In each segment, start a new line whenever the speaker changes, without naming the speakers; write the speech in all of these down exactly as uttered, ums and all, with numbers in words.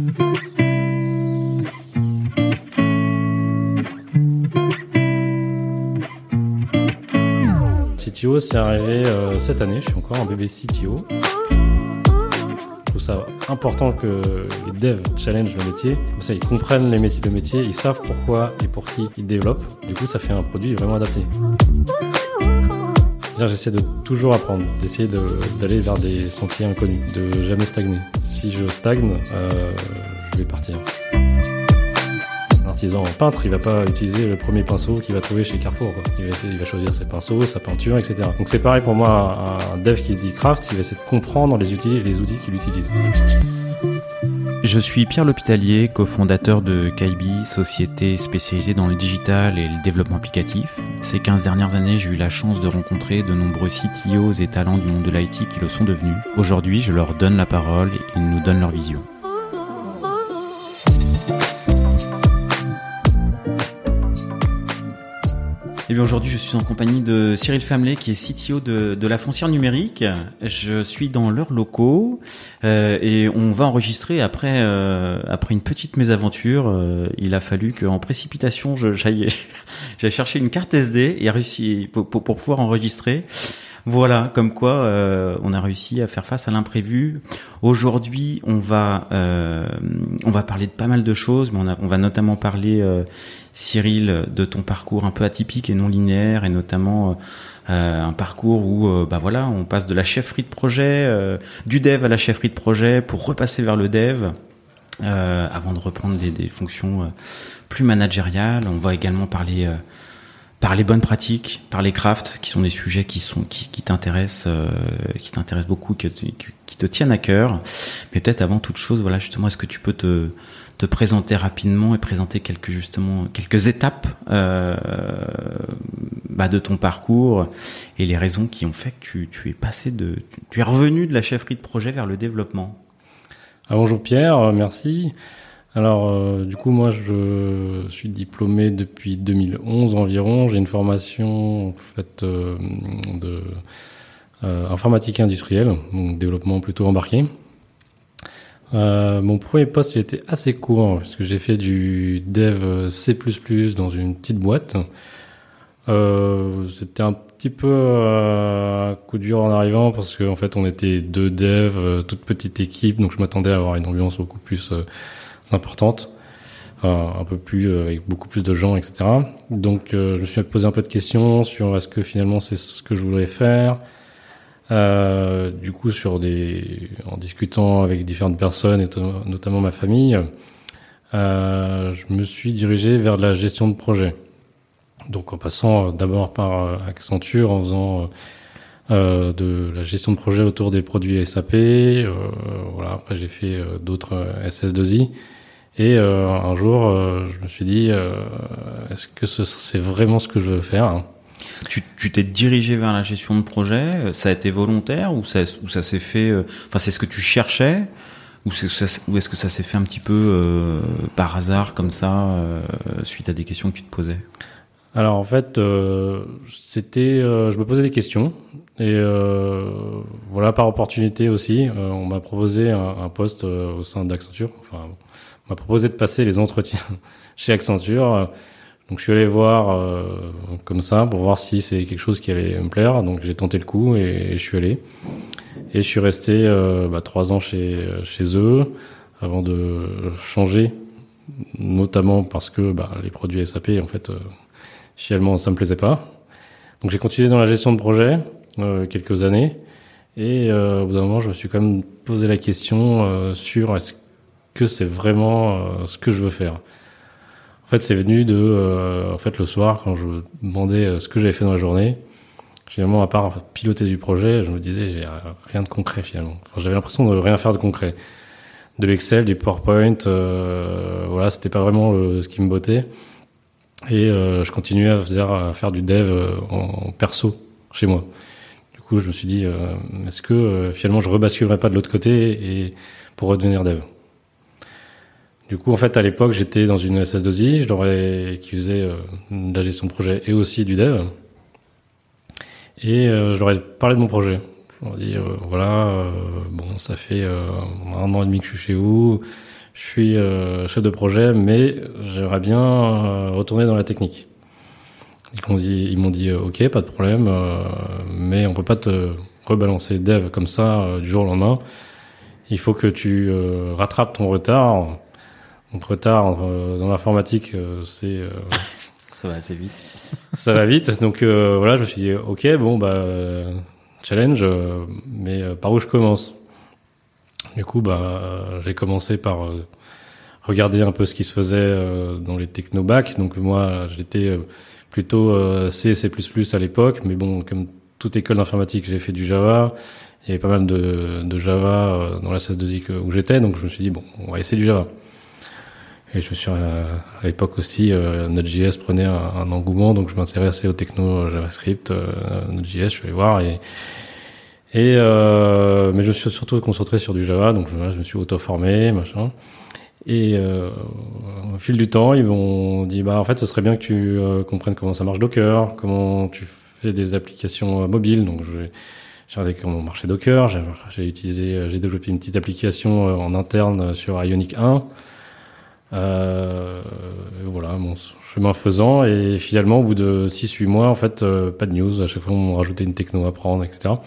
C T O, c'est arrivé euh, cette année, je suis encore un bébé C T O. Je trouve ça important que les devs challenge le métier, comme ça ils comprennent les métiers, le métier, ils savent pourquoi et pour qui ils développent. Du coup, ça fait un produit vraiment adapté. C'est-à-dire, j'essaie de toujours apprendre, d'essayer de, d'aller vers des sentiers inconnus, de jamais stagner. Si je stagne, euh, je vais partir. L'artisan peintre, il va pas utiliser le premier pinceau qu'il va trouver chez Carrefour, quoi. Il va essayer, il va choisir ses pinceaux, sa peinture, et cetera. Donc c'est pareil pour moi, un, un dev qui se dit craft, il va essayer de comprendre les outils, les outils qu'il utilise.
Je suis Pierre L'Hôpitalier, cofondateur de Kaibi, société spécialisée dans le digital et le développement applicatif. Ces quinze dernières années, j'ai eu la chance de rencontrer de nombreux C T Os et talents du monde de l'I T qui le sont devenus. Aujourd'hui, je leur donne la parole et ils nous donnent leur vision. Et bien aujourd'hui, je suis en compagnie de Cyril Famelet, qui est C T O de, de la Foncière Numérique. Je suis dans leurs locaux euh, et on va enregistrer après euh, après une petite mésaventure. Euh, il a fallu qu'en précipitation, je, j'aille, j'aille chercher une carte S D et réussi pour, pour, pour pouvoir enregistrer. Voilà, comme quoi euh, on a réussi à faire face à l'imprévu. Aujourd'hui, on va euh, on va parler de pas mal de choses, mais on, a, on va notamment parler, euh, Cyril, de ton parcours un peu atypique et non linéaire, et notamment euh, un parcours où euh, bah voilà, on passe de la chefferie de projet, euh, du dev à la chefferie de projet, pour repasser vers le dev, euh, avant de reprendre des, des fonctions euh, plus managériales. On va également parler euh, par les bonnes pratiques, par les crafts, qui sont des sujets qui sont qui, qui t'intéressent, euh, qui t'intéressent beaucoup, qui, qui, qui te tiennent à cœur. Mais peut-être avant toute chose, voilà, justement, est-ce que tu peux te te présenter rapidement et présenter quelques justement quelques étapes euh, bah, de ton parcours et les raisons qui ont fait que tu tu es passé de tu, tu es revenu de la chefferie de projet vers le développement.
Ah, bonjour Pierre, merci. Alors, euh, du coup, moi, je suis diplômé depuis deux mille onze environ. J'ai une formation en fait euh, de euh, informatique industrielle, donc développement plutôt embarqué. Euh, mon premier poste, il était assez court puisque j'ai fait du dev C plus plus dans une petite boîte. Euh, c'était un petit peu euh, un coup dur en arrivant parce qu'en fait, on était deux devs, euh, toute petite équipe, donc je m'attendais à avoir une ambiance beaucoup plus euh, importante, euh, un peu plus euh, avec beaucoup plus de gens, et cetera. Donc euh, je me suis posé un peu de questions sur est-ce que finalement c'est ce que je voudrais faire. Euh, du coup, sur des, en discutant avec différentes personnes et to- notamment ma famille, euh, je me suis dirigé vers de la gestion de projet. Donc en passant d'abord par Accenture, en faisant euh, de la gestion de projet autour des produits S A P. Euh, voilà. Après j'ai fait euh, d'autres S S deux I. Et euh, un jour, euh, je me suis dit, euh, est-ce que ce, c'est vraiment ce que je veux faire ?
Tu, tu t'es dirigé vers la gestion de projet, ça a été volontaire ou ça, ou ça s'est fait, euh, enfin c'est ce que tu cherchais, ou, c'est, ça, ou est-ce que ça s'est fait un petit peu euh, par hasard comme ça, euh, suite à des questions que tu te posais ?
Alors en fait, euh, c'était, euh, je me posais des questions et euh, voilà, par opportunité aussi, euh, on m'a proposé un, un poste euh, au sein d'Accenture. Enfin, on m'a proposé de passer les entretiens chez Accenture. Donc je suis allé voir euh, comme ça pour voir si c'est quelque chose qui allait me plaire. Donc j'ai tenté le coup et, et je suis allé. Et je suis resté euh, bah, trois ans chez chez eux avant de changer, notamment parce que bah, les produits S A P en fait. Euh, Finalement, ça me plaisait pas. Donc j'ai continué dans la gestion de projet euh, quelques années. Et euh, au bout d'un moment, je me suis quand même posé la question euh, sur est-ce que c'est vraiment euh, ce que je veux faire. En fait, c'est venu de, euh, en fait, le soir, quand je me demandais euh, ce que j'avais fait dans la journée. Finalement, à part piloter du projet, je me disais, j'ai rien de concret finalement. Enfin, j'avais l'impression de rien faire de concret. De l'Excel, du PowerPoint, euh, voilà, c'était pas vraiment le, ce qui me bottait. Et euh, je continuais à faire, à faire du dev euh, en, en perso chez moi. Du coup, je me suis dit, euh, est-ce que euh, finalement je rebasculerais pas de l'autre côté et pour redevenir dev. Du coup, en fait, à l'époque, j'étais dans une S S deux I, je leur ai, qui faisait euh, de la gestion de projet et aussi du dev. Et euh, je leur ai parlé de mon projet. Je leur ai dit, euh, voilà, euh, bon, ça fait euh, un an et demi que je suis chez vous. je suis euh, chef de projet, mais j'aimerais bien euh, retourner dans la technique. Ils m'ont dit, ils m'ont dit euh, ok, pas de problème, euh, mais on peut pas te rebalancer dev comme ça euh, du jour au lendemain. Il faut que tu euh, rattrapes ton retard. Donc retard euh, dans l'informatique, euh, c'est euh,
ça va assez vite.
Ça va vite. Donc euh, voilà, je me suis dit ok, bon bah euh, challenge, euh, mais euh, par où je commence? Du coup, bah euh, j'ai commencé par euh, regarder un peu ce qui se faisait euh, dans les technobacs. Donc moi, j'étais euh, plutôt euh, C, C++ à l'époque, mais bon, comme toute école d'informatique, j'ai fait du Java. Il y avait pas mal de, de Java euh, dans la C S deux I que, où j'étais, donc je me suis dit bon, on va essayer du Java. Et je me suis euh, à l'époque aussi, euh, Node.js prenait un, un engouement, donc je m'intéressais aux techno JavaScript, euh, Node.js, je suis allé voir et et euh, mais je me suis surtout concentré sur du Java, donc je, je me suis auto-formé, machin. Et euh, au fil du temps, ils m'ont dit bah en fait, ce serait bien que tu euh, comprennes comment ça marche Docker, comment tu fais des applications euh, mobiles. Donc j'ai j'ai regardé comment marchait Docker, j'ai, j'ai utilisé, j'ai développé une petite application euh, en interne sur Ionic un. Euh, voilà, mon chemin faisant, et finalement, au bout de six huit mois, en fait, euh, pas de news. À chaque fois, on rajoutait une techno à prendre, et cetera.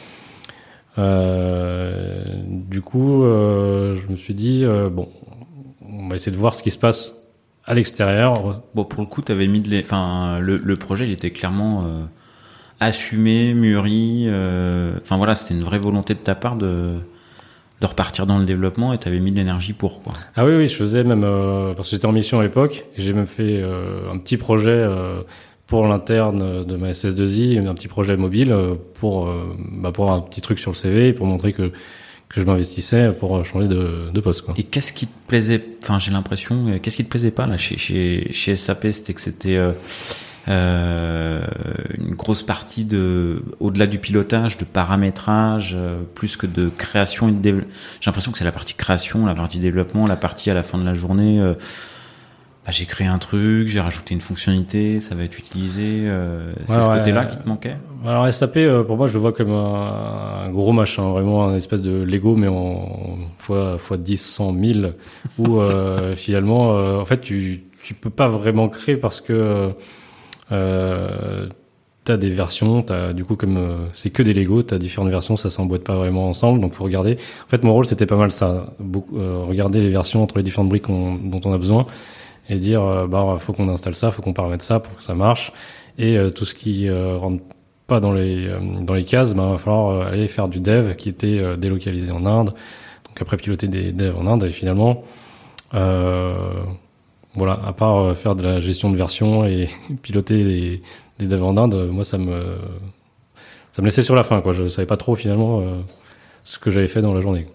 Euh, du coup, euh, je me suis dit, euh, bon, on va essayer de voir ce qui se passe à l'extérieur.
Bon, pour le coup, t'avais mis de les... enfin, le, le projet, il était clairement euh, assumé, mûri. Euh... Enfin voilà, c'était une vraie volonté de ta part de de repartir dans le développement, et t'avais mis de l'énergie pour, quoi.
Ah oui, oui, je faisais même euh, parce que j'étais en mission à l'époque, et j'ai même fait euh, un petit projet euh, pour l'interne de ma S S deux I, un petit projet mobile euh, pour euh, bah, pour avoir un petit truc sur le C V, pour montrer que que je m'investissais pour changer de, de poste, quoi.
Et qu'est-ce qui te plaisait, enfin j'ai l'impression, qu'est-ce qui te plaisait pas là chez chez chez S A P, c'était que c'était euh, euh, une grosse partie de, au-delà du pilotage, de paramétrage, euh, plus que de création et de développement. J'ai l'impression que c'est la partie création, la partie développement, la partie à la fin de la journée. Euh, bah, j'ai créé un truc, j'ai rajouté une fonctionnalité, ça va être utilisé. Euh, c'est ouais, ce côté-là ouais, qui te manquait.
Alors S A P, euh, pour moi, je le vois comme un, un gros machin, vraiment un espèce de Lego, mais en fois fois dix, cent, mille, où euh, finalement, euh, en fait, tu tu peux pas vraiment créer parce que Euh, t'as des versions, t'as du coup comme euh, c'est que des Lego, t'as différentes versions, ça s'emboîte pas vraiment ensemble, donc faut regarder. En fait, mon rôle c'était pas mal ça, beaucoup, euh, regarder les versions entre les différentes briques on, dont on a besoin et dire euh, bah faut qu'on installe ça, faut qu'on paramètre ça pour que ça marche, et euh, tout ce qui euh, rentre pas dans les euh, dans les cases, bah va falloir euh, aller faire du dev qui était euh, délocalisé en Inde, donc après piloter des devs en Inde, et finalement euh, voilà, à part euh, faire de la gestion de version et piloter des, des devs en Inde, moi ça me ça me laissait sur la fin, quoi. Je savais pas trop finalement euh, ce que j'avais fait dans la journée.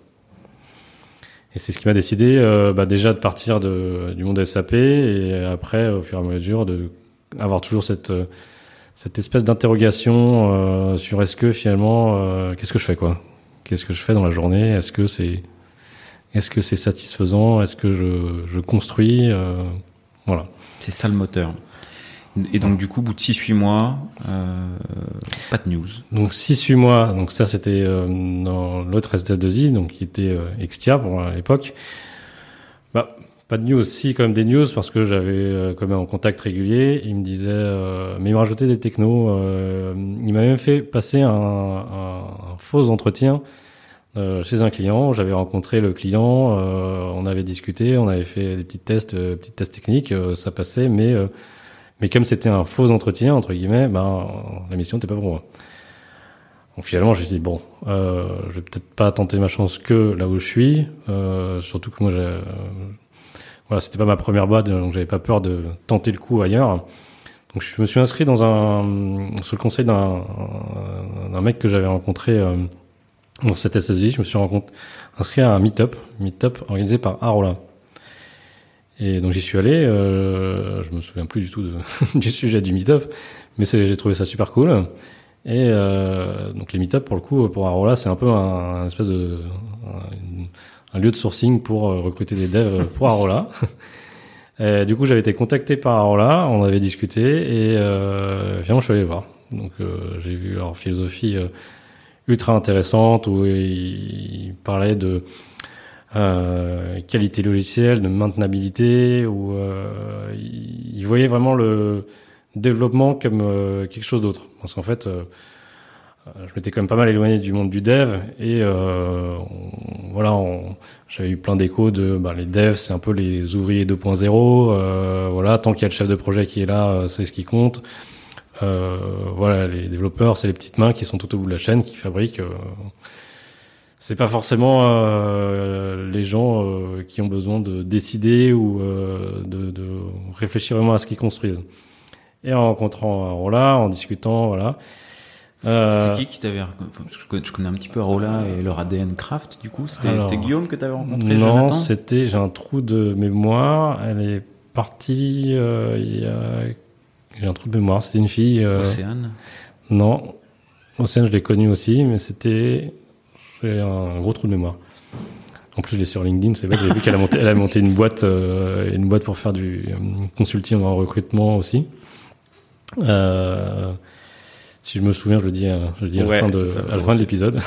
Et c'est ce qui m'a décidé euh, bah, déjà de partir de, du monde S A P, et après au fur et à mesure de avoir toujours cette cette espèce d'interrogation euh, sur est-ce que finalement euh, qu'est-ce que je fais, quoi. Qu'est-ce que je fais dans la journée? Est-ce que c'est Est-ce que c'est satisfaisant? Est-ce que je, je construis euh, Voilà.
C'est ça le moteur. Et donc, du coup, au bout de six huit mois, euh, pas de news.
Donc, six huit mois, donc ça, c'était euh, dans l'autre S S deux I, donc qui était euh, Extia pour à l'époque. Bah, pas de news, si, quand même des news, parce que j'avais euh, quand même en contact régulier. Il me disait, euh, mais il me rajoutait des technos. Euh, il m'a même fait passer un, un, un faux entretien Euh, chez un client. J'avais rencontré le client, euh, on avait discuté, on avait fait des petits tests, euh, petits tests techniques, euh, ça passait, mais euh, mais comme c'était un faux entretien entre guillemets, ben la mission n'était pas pour moi. Donc finalement, je me suis dit bon, euh, je vais peut-être pas tenter ma chance que là où je suis, euh, surtout que moi, j'ai, euh, voilà, c'était pas ma première boîte, donc j'avais pas peur de tenter le coup ailleurs. Donc je me suis inscrit dans un, sous le conseil d'un, d'un mec que j'avais rencontré. Euh, Dans cette S S D, je me suis inscrit à un meet-up, meet-up organisé par Arola. Et donc j'y suis allé, euh, je me souviens plus du tout de, du sujet du meet-up, mais c'est, j'ai trouvé ça super cool. Et euh, donc les meet-up, pour le coup, pour Arola, c'est un peu un, un espèce de un, un lieu de sourcing pour recruter des devs pour Arola. Et du coup, j'avais été contacté par Arola, on avait discuté, et euh, finalement je suis allé voir. Donc euh, j'ai vu leur philosophie euh, ultra intéressante, où ils parlaient de euh, qualité logicielle, de maintenabilité, où euh, ils, ils voyaient vraiment le développement comme euh, quelque chose d'autre. Parce qu'en fait, euh, je m'étais quand même pas mal éloigné du monde du dev et euh, on, voilà, on, j'avais eu plein d'échos de bah, les devs, c'est un peu les ouvriers deux point zéro. Euh, voilà, tant qu'il y a le chef de projet qui est là, c'est ce qui compte. Euh, voilà, les développeurs, c'est les petites mains qui sont tout au bout de la chaîne, qui fabriquent. Euh, c'est pas forcément euh, les gens euh, qui ont besoin de décider ou euh, de, de réfléchir vraiment à ce qu'ils construisent. Et en rencontrant Arola, en discutant, voilà.
Euh, c'était qui qui t'avait enfin, je, connais, je connais un petit peu Arola et leur A D N Craft, du coup. C'était, alors, c'était Guillaume que t'avais rencontré,
non,
Jonathan ?
c'était, j'ai un trou de mémoire. Elle est partie euh, il y a... J'ai un trou de mémoire. C'était une fille... Euh...
Océane ?
Non. Océane, je l'ai connue aussi, mais c'était... J'ai un gros trou de mémoire. En plus, je l'ai sur LinkedIn. C'est vrai que j'ai vu qu'elle a monté, elle a monté une boîte, euh, une boîte pour faire du euh, consulting en recrutement aussi. Euh... Si je me souviens, je le dis, je le dis à ouais, la fin de, à la fin de l'épisode.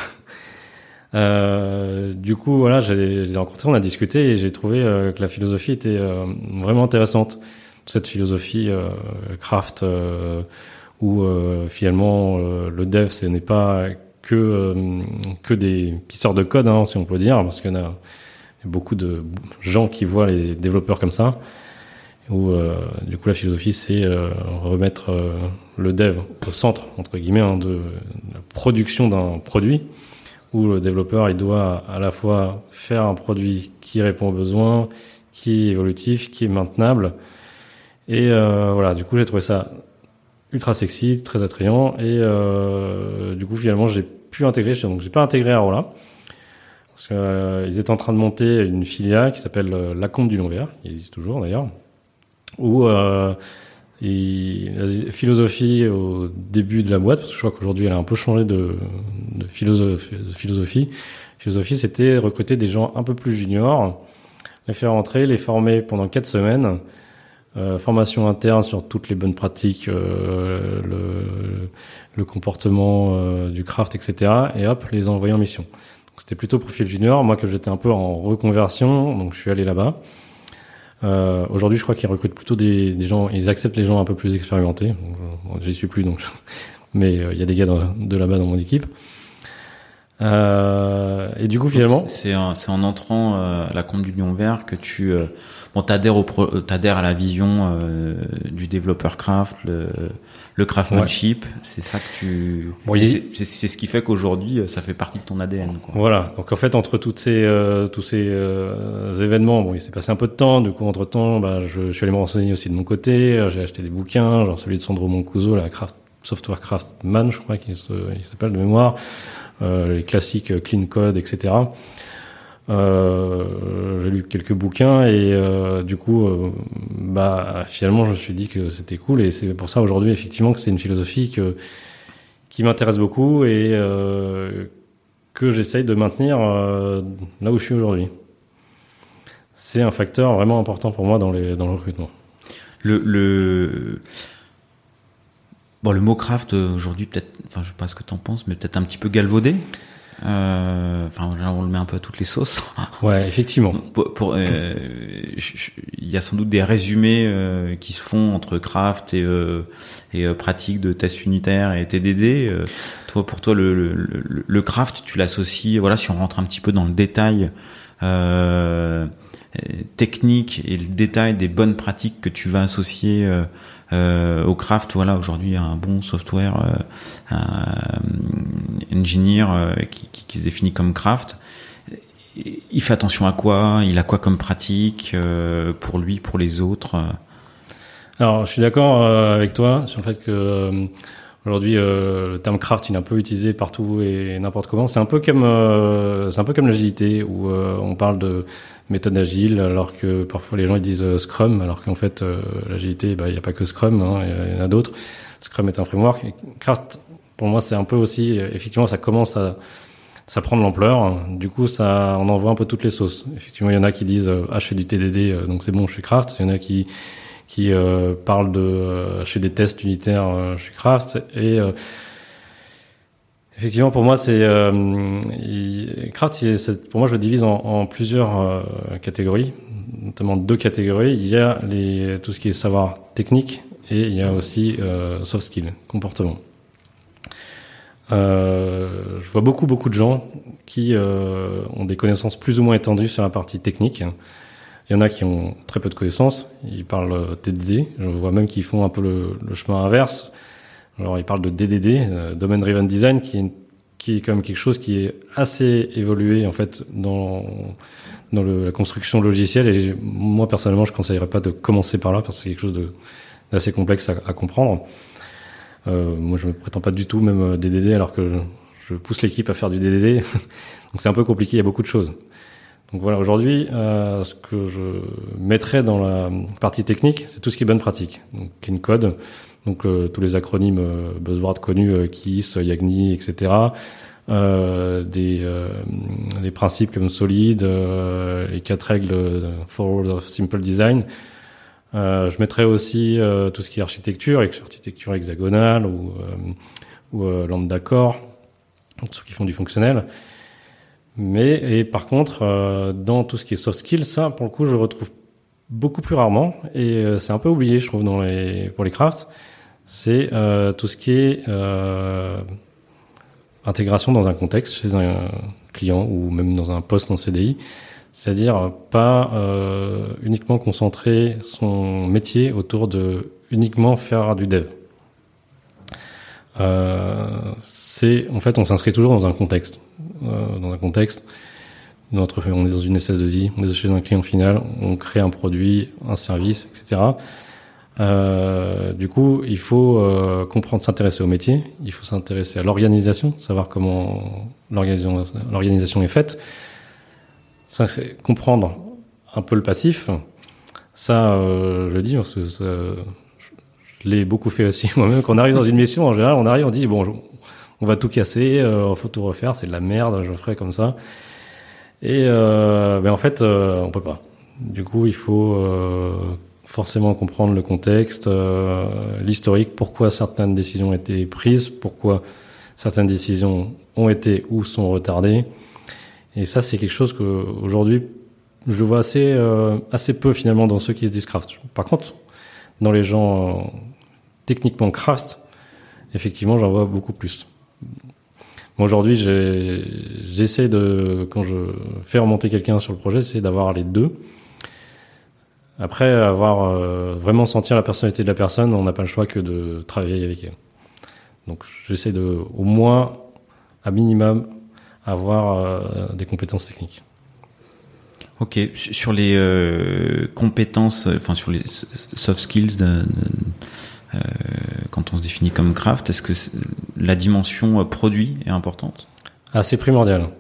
Euh, du coup, voilà, j'ai, j'ai rencontré, on a discuté et j'ai trouvé euh, que la philosophie était euh, vraiment intéressante. Cette philosophie euh, craft euh, où euh, finalement euh, le dev, ce n'est pas que euh, que des pisseurs de code, hein, si on peut dire, parce qu'il y en a beaucoup de gens qui voient les développeurs comme ça. Où euh, du coup la philosophie c'est euh, remettre euh, le dev au centre entre guillemets hein, de la production d'un produit où le développeur il doit à la fois faire un produit qui répond aux besoins, qui est évolutif, qui est maintenable et euh, voilà du coup j'ai trouvé ça ultra sexy, très attrayant et euh, du coup finalement j'ai pu intégrer donc j'ai pas intégré Arola parce qu'ils euh, étaient en train de monter une filiale qui s'appelle euh, Lacombe du Long-Vert, qui existe toujours d'ailleurs. Où euh, il, la philosophie au début de la boîte, parce que je crois qu'aujourd'hui elle a un peu changé de, de, philosophie, de philosophie. Philosophie, c'était recruter des gens un peu plus juniors, les faire rentrer, les former pendant quatre semaines, euh, formation interne sur toutes les bonnes pratiques, euh, le, le comportement euh, du craft, et cetera. Et hop, les envoyer en mission. Donc, c'était plutôt profil junior. Moi, que j'étais un peu en reconversion, donc je suis allé là-bas. Euh, aujourd'hui, je crois qu'ils recrutent plutôt des, des gens, ils acceptent les gens un peu plus expérimentés. Donc, j'y suis plus, donc, mais il euh, y a des gars de, de là-bas dans mon équipe. Euh, et du coup, finalement,
c'est, un, c'est en entrant euh, à la Combe du Lion-Vert que tu, euh, bon, t'adhères au, pro, t'adhères à la vision euh, du développeur craft, le, le craftsmanship. Ouais. C'est ça que tu,
oui.
c'est, c'est, c'est ce qui fait qu'aujourd'hui, ça fait partie de ton A D N, quoi.
Voilà. Donc en fait, entre toutes ces, euh, tous ces euh, événements, bon, il s'est passé un peu de temps. Du coup, entre temps, bah, je, je suis allé me renseigner aussi de mon côté. J'ai acheté des bouquins, genre celui de Sandro Mancuso, la Craft Software Craftsman, je crois qu'il se, il s'appelle de mémoire. Euh, les classiques Clean Code, et cetera. Euh, j'ai lu quelques bouquins et euh, du coup, euh, bah finalement, je me suis dit que c'était cool et c'est pour ça aujourd'hui effectivement que c'est une philosophie que, qui m'intéresse beaucoup et euh, que j'essaye de maintenir euh, là où je suis aujourd'hui. C'est un facteur vraiment important pour moi dans, les, dans le recrutement.
Le, le... Bon, le mot craft aujourd'hui, peut-être, enfin, je sais pas ce que t'en penses, mais peut-être un petit peu galvaudé. Euh, enfin, là, on le met un peu à toutes les sauces.
Ouais, effectivement.
Pour, pour, euh, il y a sans doute des résumés euh, qui se font entre craft et, euh, et euh, pratique de tests unitaires et T D D. Euh, toi, pour toi, le, le, le, le craft, tu l'associes. Voilà, si on rentre un petit peu dans le détail. Euh, technique et le détail des bonnes pratiques que tu vas associer euh, euh, au craft. Voilà, aujourd'hui un bon software euh, un engineer euh, qui, qui, qui se définit comme craft, il fait attention à quoi, il a quoi comme pratique euh, pour lui, pour les autres.
Alors je suis d'accord euh, avec toi sur le fait que euh, aujourd'hui, euh, le terme craft, il est un peu utilisé partout et n'importe comment. C'est un peu comme, euh, c'est un peu comme l'agilité où euh, on parle de méthode agile, alors que parfois les gens ils disent euh, Scrum, alors qu'en fait euh, l'agilité, bah il y a pas que Scrum, hein, il y en a d'autres. Scrum est un framework. Et Craft, pour moi, c'est un peu aussi, effectivement, ça commence à, ça prend de l'ampleur. Du coup, ça, on en voit un peu toutes les sauces. Effectivement, il y en a qui disent, euh, ah, je fais du T D D, euh, donc c'est bon, je suis Craft. Il y en a qui qui euh, parlent de, euh, je fais des tests unitaires, euh, je suis Craft. Et euh, Effectivement, pour moi, c'est euh, il, Craft. C'est, c'est, pour moi, je le divise en, en plusieurs euh, catégories, notamment deux catégories. Il y a les, tout ce qui est savoir technique et il y a aussi euh, soft skill, comportement. Euh, je vois beaucoup, beaucoup de gens qui euh, ont des connaissances plus ou moins étendues sur la partie technique. Il y en a qui ont très peu de connaissances. Ils parlent T D D. Je vois même qu'ils font un peu le, le chemin inverse. Alors, ils parlent de D D D, euh, Domain Driven Design, qui est, qui est quand même quelque chose qui est assez évolué, en fait, dans, dans le, la construction logicielle. Et moi, personnellement, je ne conseillerais pas de commencer par là, parce que c'est quelque chose de, d'assez complexe à, à comprendre. Euh, moi, je ne me prétends pas du tout même D D D, alors que je, je pousse l'équipe à faire du D D D. Donc, c'est un peu compliqué, il y a beaucoup de choses. Donc voilà, aujourd'hui, euh, ce que je mettrais dans la partie technique, c'est tout ce qui est bonne pratique. Donc, clean code. Donc euh, tous les acronymes euh, buzzwords connus, euh, K I S, Yagni, et cetera. Euh, des, euh, des principes comme Solid, euh, les quatre règles de Four Rules of Simple Design. Euh, je mettrais aussi euh, tout ce qui est architecture, architecture hexagonale ou, euh, ou euh, lambda core, ceux qui font du fonctionnel. Mais et par contre, euh, dans tout ce qui est soft skills, ça, pour le coup, je le retrouve beaucoup plus rarement et euh, c'est un peu oublié, je trouve, dans les pour les crafts. C'est euh, tout ce qui est euh, intégration dans un contexte chez un client ou même dans un poste en C D I, c'est-à-dire pas euh, uniquement concentrer son métier autour de uniquement faire du dev. Euh, c'est en fait on s'inscrit toujours dans un contexte, euh, dans un contexte. Notre, on est dans une S S deux I, on est chez un client final, on crée un produit, un service, et cetera. Euh, du coup, il faut euh, comprendre, s'intéresser au métier, il faut s'intéresser à l'organisation, savoir comment l'organisation, l'organisation est faite, ça, c'est comprendre un peu le passif. Ça, euh, je le dis parce que ça, je l'ai beaucoup fait aussi moi-même. Quand on arrive dans une mission, en général, on arrive, on dit bon, on va tout casser, euh, faut tout refaire, c'est de la merde, je le ferai comme ça. Et euh, ben en fait, euh, on peut pas. Du coup, il faut euh, forcément comprendre le contexte, euh, l'historique, pourquoi certaines décisions ont été prises, pourquoi certaines décisions ont été ou sont retardées. Et ça, c'est quelque chose que aujourd'hui, je vois assez euh, assez peu finalement dans ceux qui se disent craft. Par contre, dans les gens euh, techniquement craft, effectivement, j'en vois beaucoup plus. Moi, aujourd'hui, j'ai, j'essaie de, quand je fais remonter quelqu'un sur le projet, c'est d'avoir les deux. Après, avoir euh, vraiment sentir la personnalité de la personne, on n'a pas le choix que de travailler avec elle. Donc, j'essaie de, au moins, à minimum, avoir euh, des compétences techniques.
Ok, sur les euh, compétences, enfin sur les soft skills, de, de, euh, quand on se définit comme craft, est-ce que la dimension produit est importante ?
Ah, c'est primordial.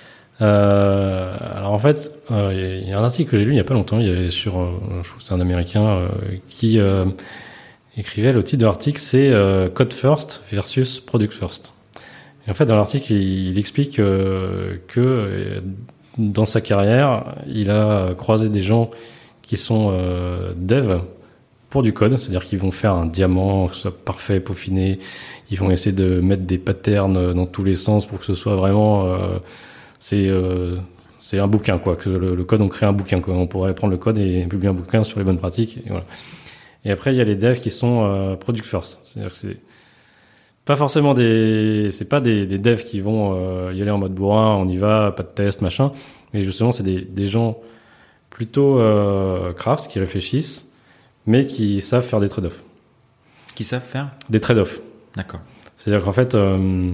Euh, alors en fait, il euh, y, y a un article que j'ai lu il y a pas longtemps, il y avait sur, euh, je trouve que c'est un Américain euh, qui euh, écrivait, le titre de l'article, c'est euh, Code First versus Product First. Et en fait, dans l'article, il, il explique euh, que euh, dans sa carrière, il a croisé des gens qui sont euh, dev pour du code, c'est-à-dire qu'ils vont faire un diamant, que ce soit parfait, peaufiné, ils vont essayer de mettre des patterns dans tous les sens pour que ce soit vraiment... Euh, c'est, euh, c'est un bouquin, quoi. Que le, le code, on crée un bouquin, quoi. On pourrait prendre le code et publier un bouquin sur les bonnes pratiques. Et, voilà. Et après, il y a les devs qui sont euh, product first. C'est-à-dire que c'est pas forcément des... C'est pas des, des devs qui vont euh, y aller en mode bourrin, on y va, pas de test, machin. Mais justement, c'est des, des gens plutôt euh, craft, qui réfléchissent, mais qui savent faire des trade-offs.
Qui savent faire ?
Des trade-offs.
D'accord.
C'est-à-dire qu'en fait, euh,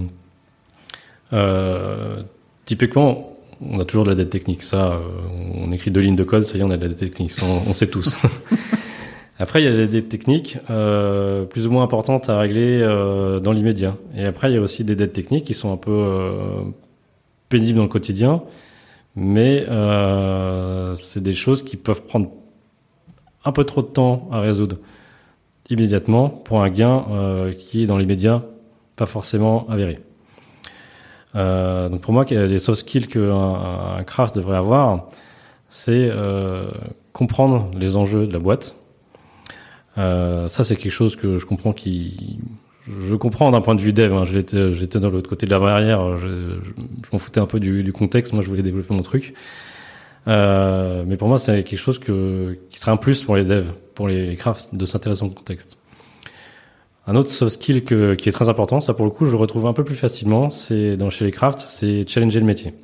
euh, typiquement, on a toujours de la dette technique. Ça, euh, on écrit deux lignes de code, ça y est, on a de la dette technique. On, on sait tous. Après, il y a des dettes techniques euh, plus ou moins importantes à régler euh, dans l'immédiat. Et après, il y a aussi des dettes techniques qui sont un peu euh, pénibles dans le quotidien, mais euh, c'est des choses qui peuvent prendre un peu trop de temps à résoudre immédiatement pour un gain euh, qui est dans l'immédiat pas forcément avéré. Euh, donc pour moi, les soft skills qu'un un craft devrait avoir, c'est euh, comprendre les enjeux de la boîte. Euh, ça, c'est quelque chose que je comprends qui, je comprends d'un point de vue dev. Hein, j'étais, j'étais dans l'autre côté de la barrière. Je, je, je m'en foutais un peu du, du contexte. Moi, je voulais développer mon truc. Euh, mais pour moi, c'est quelque chose que, qui serait un plus pour les devs, pour les crafts, de s'intéresser au contexte. Un autre soft skill que, qui est très important, ça pour le coup, je le retrouve un peu plus facilement, c'est dans chez les crafts, c'est challenger le métier.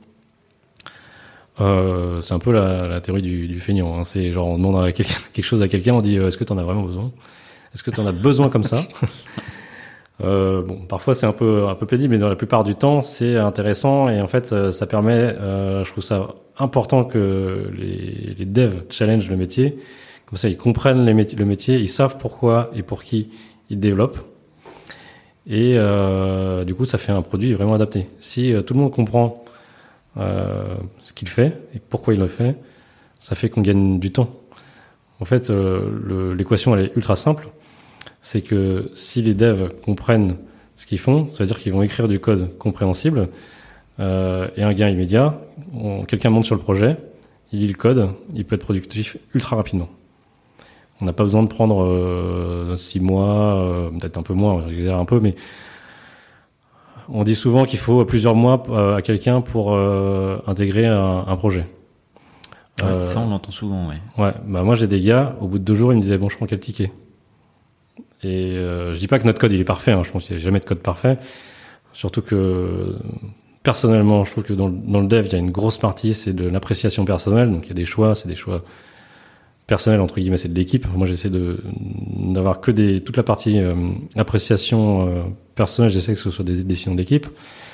Euh, c'est un peu la, la théorie du, du feignant. Hein. C'est genre on demande à quelque, quelque chose à quelqu'un, on dit euh, est-ce que tu en as vraiment besoin ? Est-ce que tu en as besoin comme ça ? euh, Bon, parfois c'est un peu un peu pénible, mais dans la plupart du temps c'est intéressant et en fait ça, ça permet, euh, je trouve ça important que les, les devs challenge le métier. Comme ça, ils comprennent les métiers, le métier, ils savent pourquoi et pour qui ils développent. Et euh, du coup, ça fait un produit vraiment adapté. Si euh, tout le monde comprend euh, ce qu'il fait et pourquoi il le fait, ça fait qu'on gagne du temps. En fait, euh, le, l'équation, elle est ultra simple. C'est que si les devs comprennent ce qu'ils font, ça veut dire qu'ils vont écrire du code compréhensible euh, et un gain immédiat. On, quelqu'un monte sur le projet, il lit le code, il peut être productif ultra rapidement. On n'a pas besoin de prendre euh, six mois, euh, peut-être un peu moins, j'exagère un peu, mais on dit souvent qu'il faut plusieurs mois euh, à quelqu'un pour euh, intégrer un, un projet.
Ouais,
euh,
ça, on l'entend souvent, ouais.
Ouais, bah moi j'ai des gars, au bout de deux jours, ils me disaient bon, je prends quel ticket. Et euh, je dis pas que notre code il est parfait, hein, je pense qu'il n'y a jamais de code parfait. Surtout que personnellement, je trouve que dans, dans le dev, il y a une grosse partie, c'est de l'appréciation personnelle. Donc il y a des choix, c'est des choix personnels entre guillemets, c'est de l'équipe. Moi, j'essaie de d'avoir que des toute la partie euh, appréciation euh, personnelle. J'essaie que ce soit des décisions d'équipe.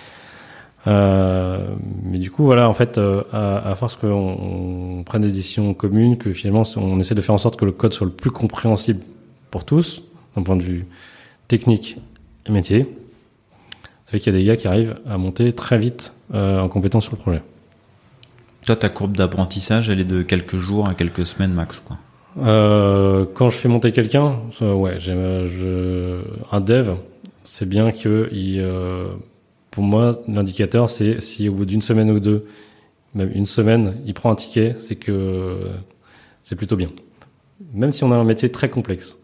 Euh, mais du coup, voilà, en fait, euh, à, à force qu'on on prenne des décisions communes, que finalement, on essaie de faire en sorte que le code soit le plus compréhensible pour tous, d'un point de vue technique et métier. Ça fait qu'il y a des gars qui arrivent à monter très vite euh, en compétence sur le projet.
Toi, ta courbe d'apprentissage, elle est de quelques jours à quelques semaines max, quoi.
Euh, quand je fais monter quelqu'un, euh, ouais, j'aime, je, un dev, c'est bien que, il, euh, pour moi, l'indicateur, c'est si au bout d'une semaine ou deux, même une semaine, il prend un ticket, c'est que c'est plutôt bien. Même si on a un métier très complexe.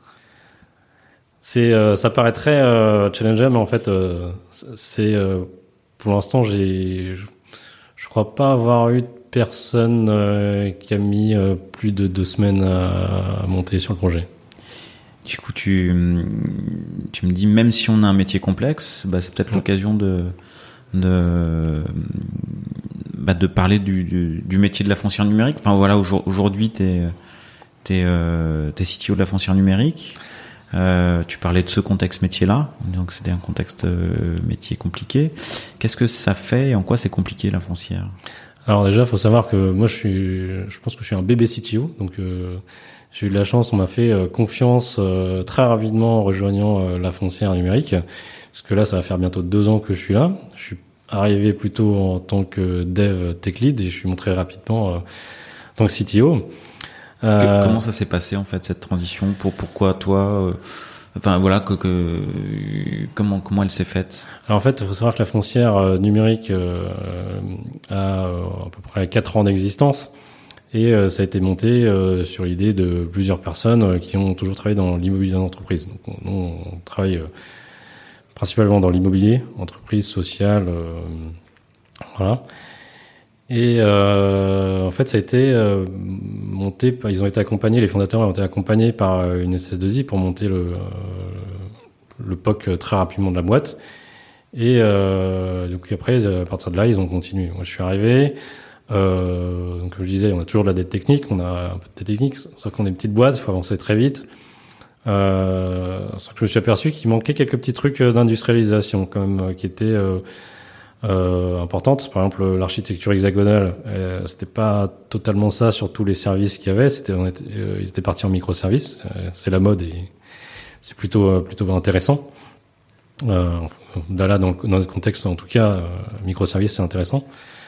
C'est, euh, ça paraît très euh, challengeant, mais en fait, euh, c'est, euh, pour l'instant, j'ai, je, je crois pas avoir eu de personne euh, qui a mis euh, plus de deux semaines à, à monter sur le projet.
Du coup, tu, tu me dis, même si on a un métier complexe, bah, c'est peut-être mmh. l'occasion de, de, bah, de parler du, du, du métier de la foncière numérique. Enfin, voilà, aujourd'hui, t'es, t'es, euh, t'es C T O de la foncière numérique. Euh, tu parlais de ce contexte métier-là, donc c'était un contexte euh, métier compliqué. Qu'est-ce que ça fait et en quoi c'est compliqué la foncière ?
Alors déjà, il faut savoir que moi, je suis, je pense que je suis un bébé C T O, donc euh, j'ai eu de la chance, on m'a fait euh, confiance euh, très rapidement en rejoignant euh, la foncière numérique, parce que là, ça va faire bientôt deux ans que je suis là. Je suis arrivé plutôt en tant que dev tech lead et je suis monté rapidement euh, en tant que C T O.
Euh, Comment ça s'est passé en fait cette transition ? Pour pourquoi toi euh, Enfin voilà que, que comment comment elle s'est faite ?
Alors en fait, il faut savoir que la foncière euh, numérique euh, a euh, à peu près quatre ans d'existence et euh, ça a été monté euh, sur l'idée de plusieurs personnes euh, qui ont toujours travaillé dans l'immobilier d'entreprise. Donc on, nous, on travaille euh, principalement dans l'immobilier, entreprise, sociale, euh, voilà. Et euh, en fait, ça a été euh, monté. Ils ont été accompagnés, les fondateurs ont été accompagnés par une S S deux I pour monter le euh, le P O C très rapidement de la boîte. Et euh, donc après, à partir de là, ils ont continué. Moi, je suis arrivé. Euh, donc, comme je disais, on a toujours de la dette technique, on a un peu de dette technique, sauf qu'on est une petite boîte, il faut avancer très vite. Euh, sauf que je me suis aperçu qu'il manquait quelques petits trucs d'industrialisation, quand même, qui étaient euh, Euh, importantes. Par exemple, l'architecture hexagonale, euh, c'était pas totalement ça sur tous les services qu'il y avait. C'était, on était, euh, ils étaient partis en microservices. Euh, c'est la mode et c'est plutôt euh, plutôt intéressant. Euh, là, dans, dans notre contexte, en tout cas, euh, microservices, c'est intéressant.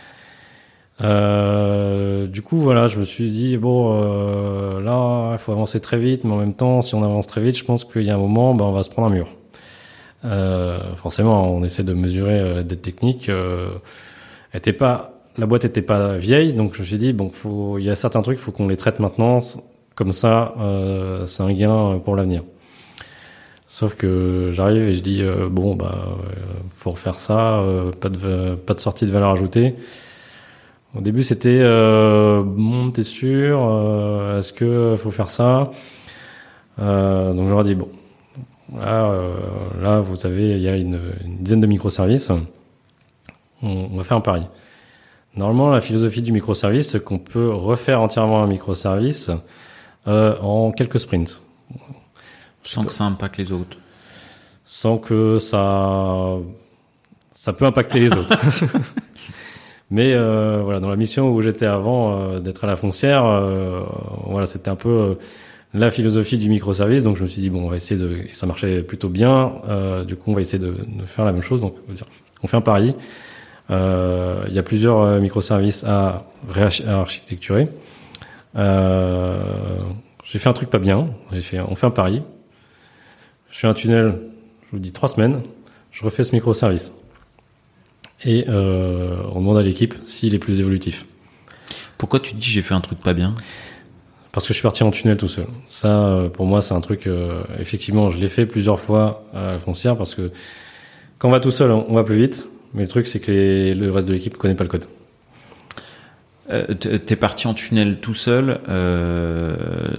Euh, du coup, voilà, je me suis dit bon, euh, là, il faut avancer très vite, mais en même temps, si on avance très vite, je pense qu'il y a un moment, ben, on va se prendre un mur. Euh, forcément, on essaie de mesurer la dette technique. Euh, était pas, la boîte était pas vieille, donc je me suis dit bon, faut, il y a certains trucs, faut qu'on les traite maintenant, comme ça, euh, c'est un gain pour l'avenir. Sauf que j'arrive et je dis euh, bon bah euh, faut refaire ça, euh, pas de pas de sortie de valeur ajoutée. Au début c'était euh, bon t'es sûr, euh, est-ce que faut faire ça? Euh, donc je leur ai dit bon là euh, là vous savez il y a une, une dizaine de microservices, on, on va faire un pari. Normalement la philosophie du microservice c'est qu'on peut refaire entièrement un microservice euh, en quelques sprints.
Sans que ça impacte les autres.
Sans que ça, ça peut impacter les autres. Mais euh, voilà, dans la mission où j'étais avant euh, d'être à la foncière, euh, voilà, c'était un peu euh, la philosophie du microservice. Donc je me suis dit bon, on va essayer de, et ça marchait plutôt bien. Euh, du coup, on va essayer de, de faire la même chose. Donc, on va dire, on fait un pari. Euh, il y a plusieurs euh, microservices à réarchitecturer. Euh, j'ai fait un truc pas bien. J'ai fait, on fait un pari. Je fais un tunnel, je vous dis trois semaines, je refais ce microservice. Et euh, on demande à l'équipe s'il est plus évolutif.
Pourquoi tu te dis j'ai fait un truc pas bien?
Parce que je suis parti en tunnel tout seul. Ça, pour moi, c'est un truc, euh, effectivement, je l'ai fait plusieurs fois à la foncière parce que quand on va tout seul, on va plus vite. Mais le truc, c'est que les, le reste de l'équipe connaît pas le code.
Euh, t'es parti en tunnel tout seul euh,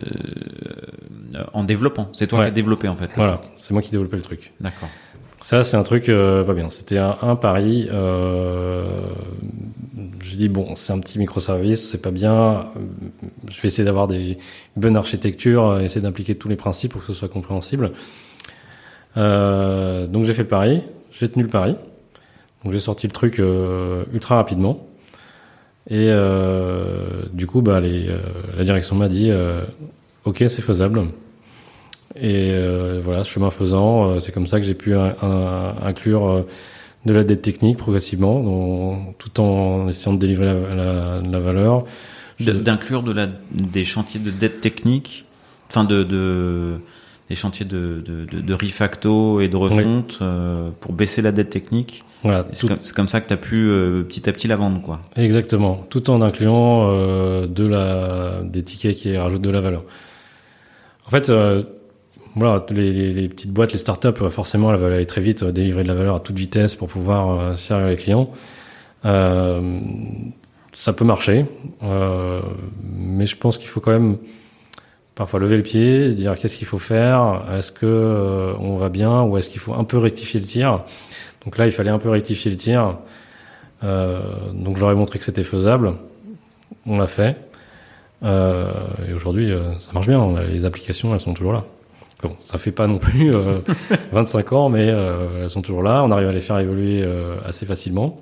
en développant. C'est toi
ouais.
qui as développé en fait.
Voilà, c'est moi qui développais le truc.
D'accord.
Ça, c'est un truc euh, pas bien. C'était un, un pari. Euh, je dis bon, c'est un petit microservice, c'est pas bien. Je vais essayer d'avoir des une bonne architecture, essayer d'impliquer tous les principes pour que ce soit compréhensible. Euh, donc j'ai fait le pari, j'ai tenu le pari. Donc j'ai sorti le truc euh, ultra rapidement. Et euh, du coup, bah, les, euh, la direction m'a dit euh, ok, c'est faisable. Et euh, voilà, chemin faisant, euh, c'est comme ça que j'ai pu un, un, inclure euh, de la dette technique progressivement, dans, tout en essayant de délivrer la, la, la valeur.
Je... D'inclure de la, des chantiers de dette technique, enfin de, de des chantiers de, de, de, de refacto et de refonte oui. euh, pour baisser la dette technique.
Voilà,
c'est, comme, c'est comme ça que tu as pu euh, petit à petit la vendre, quoi.
Exactement, tout en incluant euh, de la, des tickets qui rajoutent de la valeur. En fait, euh, voilà, les, les, les petites boîtes, les startups, forcément, elles veulent aller très vite, euh, délivrer de la valeur à toute vitesse pour pouvoir euh, servir les clients. Euh, ça peut marcher, euh, mais je pense qu'il faut quand même parfois lever le pied, se dire qu'est-ce qu'il faut faire, est-ce que euh, on va bien ou est-ce qu'il faut un peu rectifier le tir. Donc là, il fallait un peu rectifier le tir. Euh, donc je leur ai montré que c'était faisable. On l'a fait. Euh, et aujourd'hui, euh, ça marche bien. Les applications, elles sont toujours là. Bon, ça fait pas non plus euh, vingt-cinq ans, mais euh, elles sont toujours là. On arrive à les faire évoluer euh, assez facilement.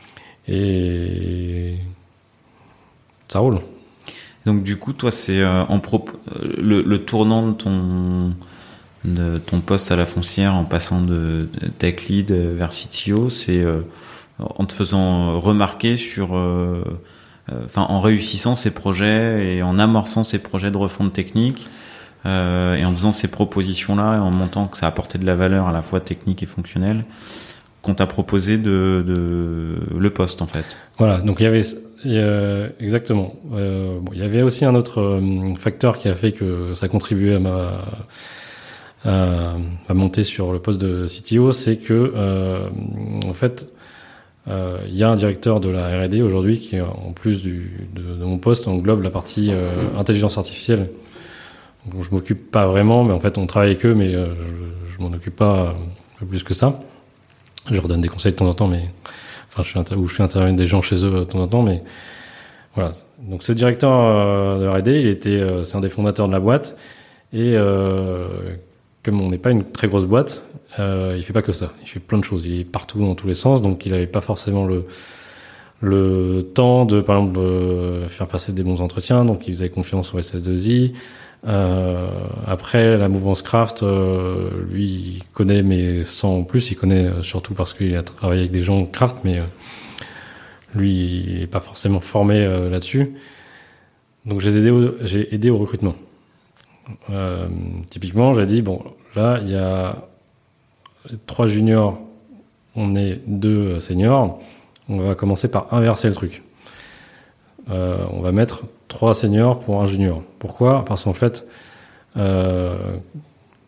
Et ça roule.
Donc du coup, toi, c'est euh, en pro- le, le tournant de ton... de ton poste à la foncière en passant de tech lead vers C T O, c'est euh, en te faisant remarquer sur, euh, euh, enfin en réussissant ces projets et en amorçant ces projets de refonte technique euh, et en faisant ces propositions-là et en montant que ça apportait de la valeur à la fois technique et fonctionnelle, qu'on t'a proposé de, de le poste en fait.
Voilà, donc il y avait euh, exactement. Euh, bon, il y avait aussi un autre euh, facteur qui a fait que ça contribuait à ma à, à monter sur le poste de C T O, c'est que euh, en fait euh, il y a un directeur de la R et D aujourd'hui qui, en plus du, de, de mon poste, englobe la partie euh, intelligence artificielle. Donc, je m'occupe pas vraiment, mais en fait on travaille avec eux, mais euh, je, je m'en occupe pas euh, plus que ça. Je leur donne des conseils de temps en temps, mais enfin je suis inter- ou je fais intervenir des gens chez eux de temps en temps, mais voilà. Donc ce directeur euh, de R et D, il était, euh, c'est un des fondateurs de la boîte et euh, comme on n'est pas une très grosse boîte, euh, il fait pas que ça. Il fait plein de choses. Il est partout dans tous les sens, donc il avait pas forcément le le temps de, par exemple, euh, faire passer des bons entretiens. Donc il faisait confiance au S S deux I. Euh, après la mouvance craft, euh, lui il connaît, mais sans plus, il connaît surtout parce qu'il a travaillé avec des gens craft, mais euh, lui il est pas forcément formé euh, là-dessus. Donc j'ai aidé au, j'ai aidé au recrutement. Euh, typiquement, j'ai dit bon, là il y a trois juniors, on est deux seniors, on va commencer par inverser le truc. Euh, on va mettre trois seniors pour un junior. Pourquoi ? Parce qu'en fait, euh,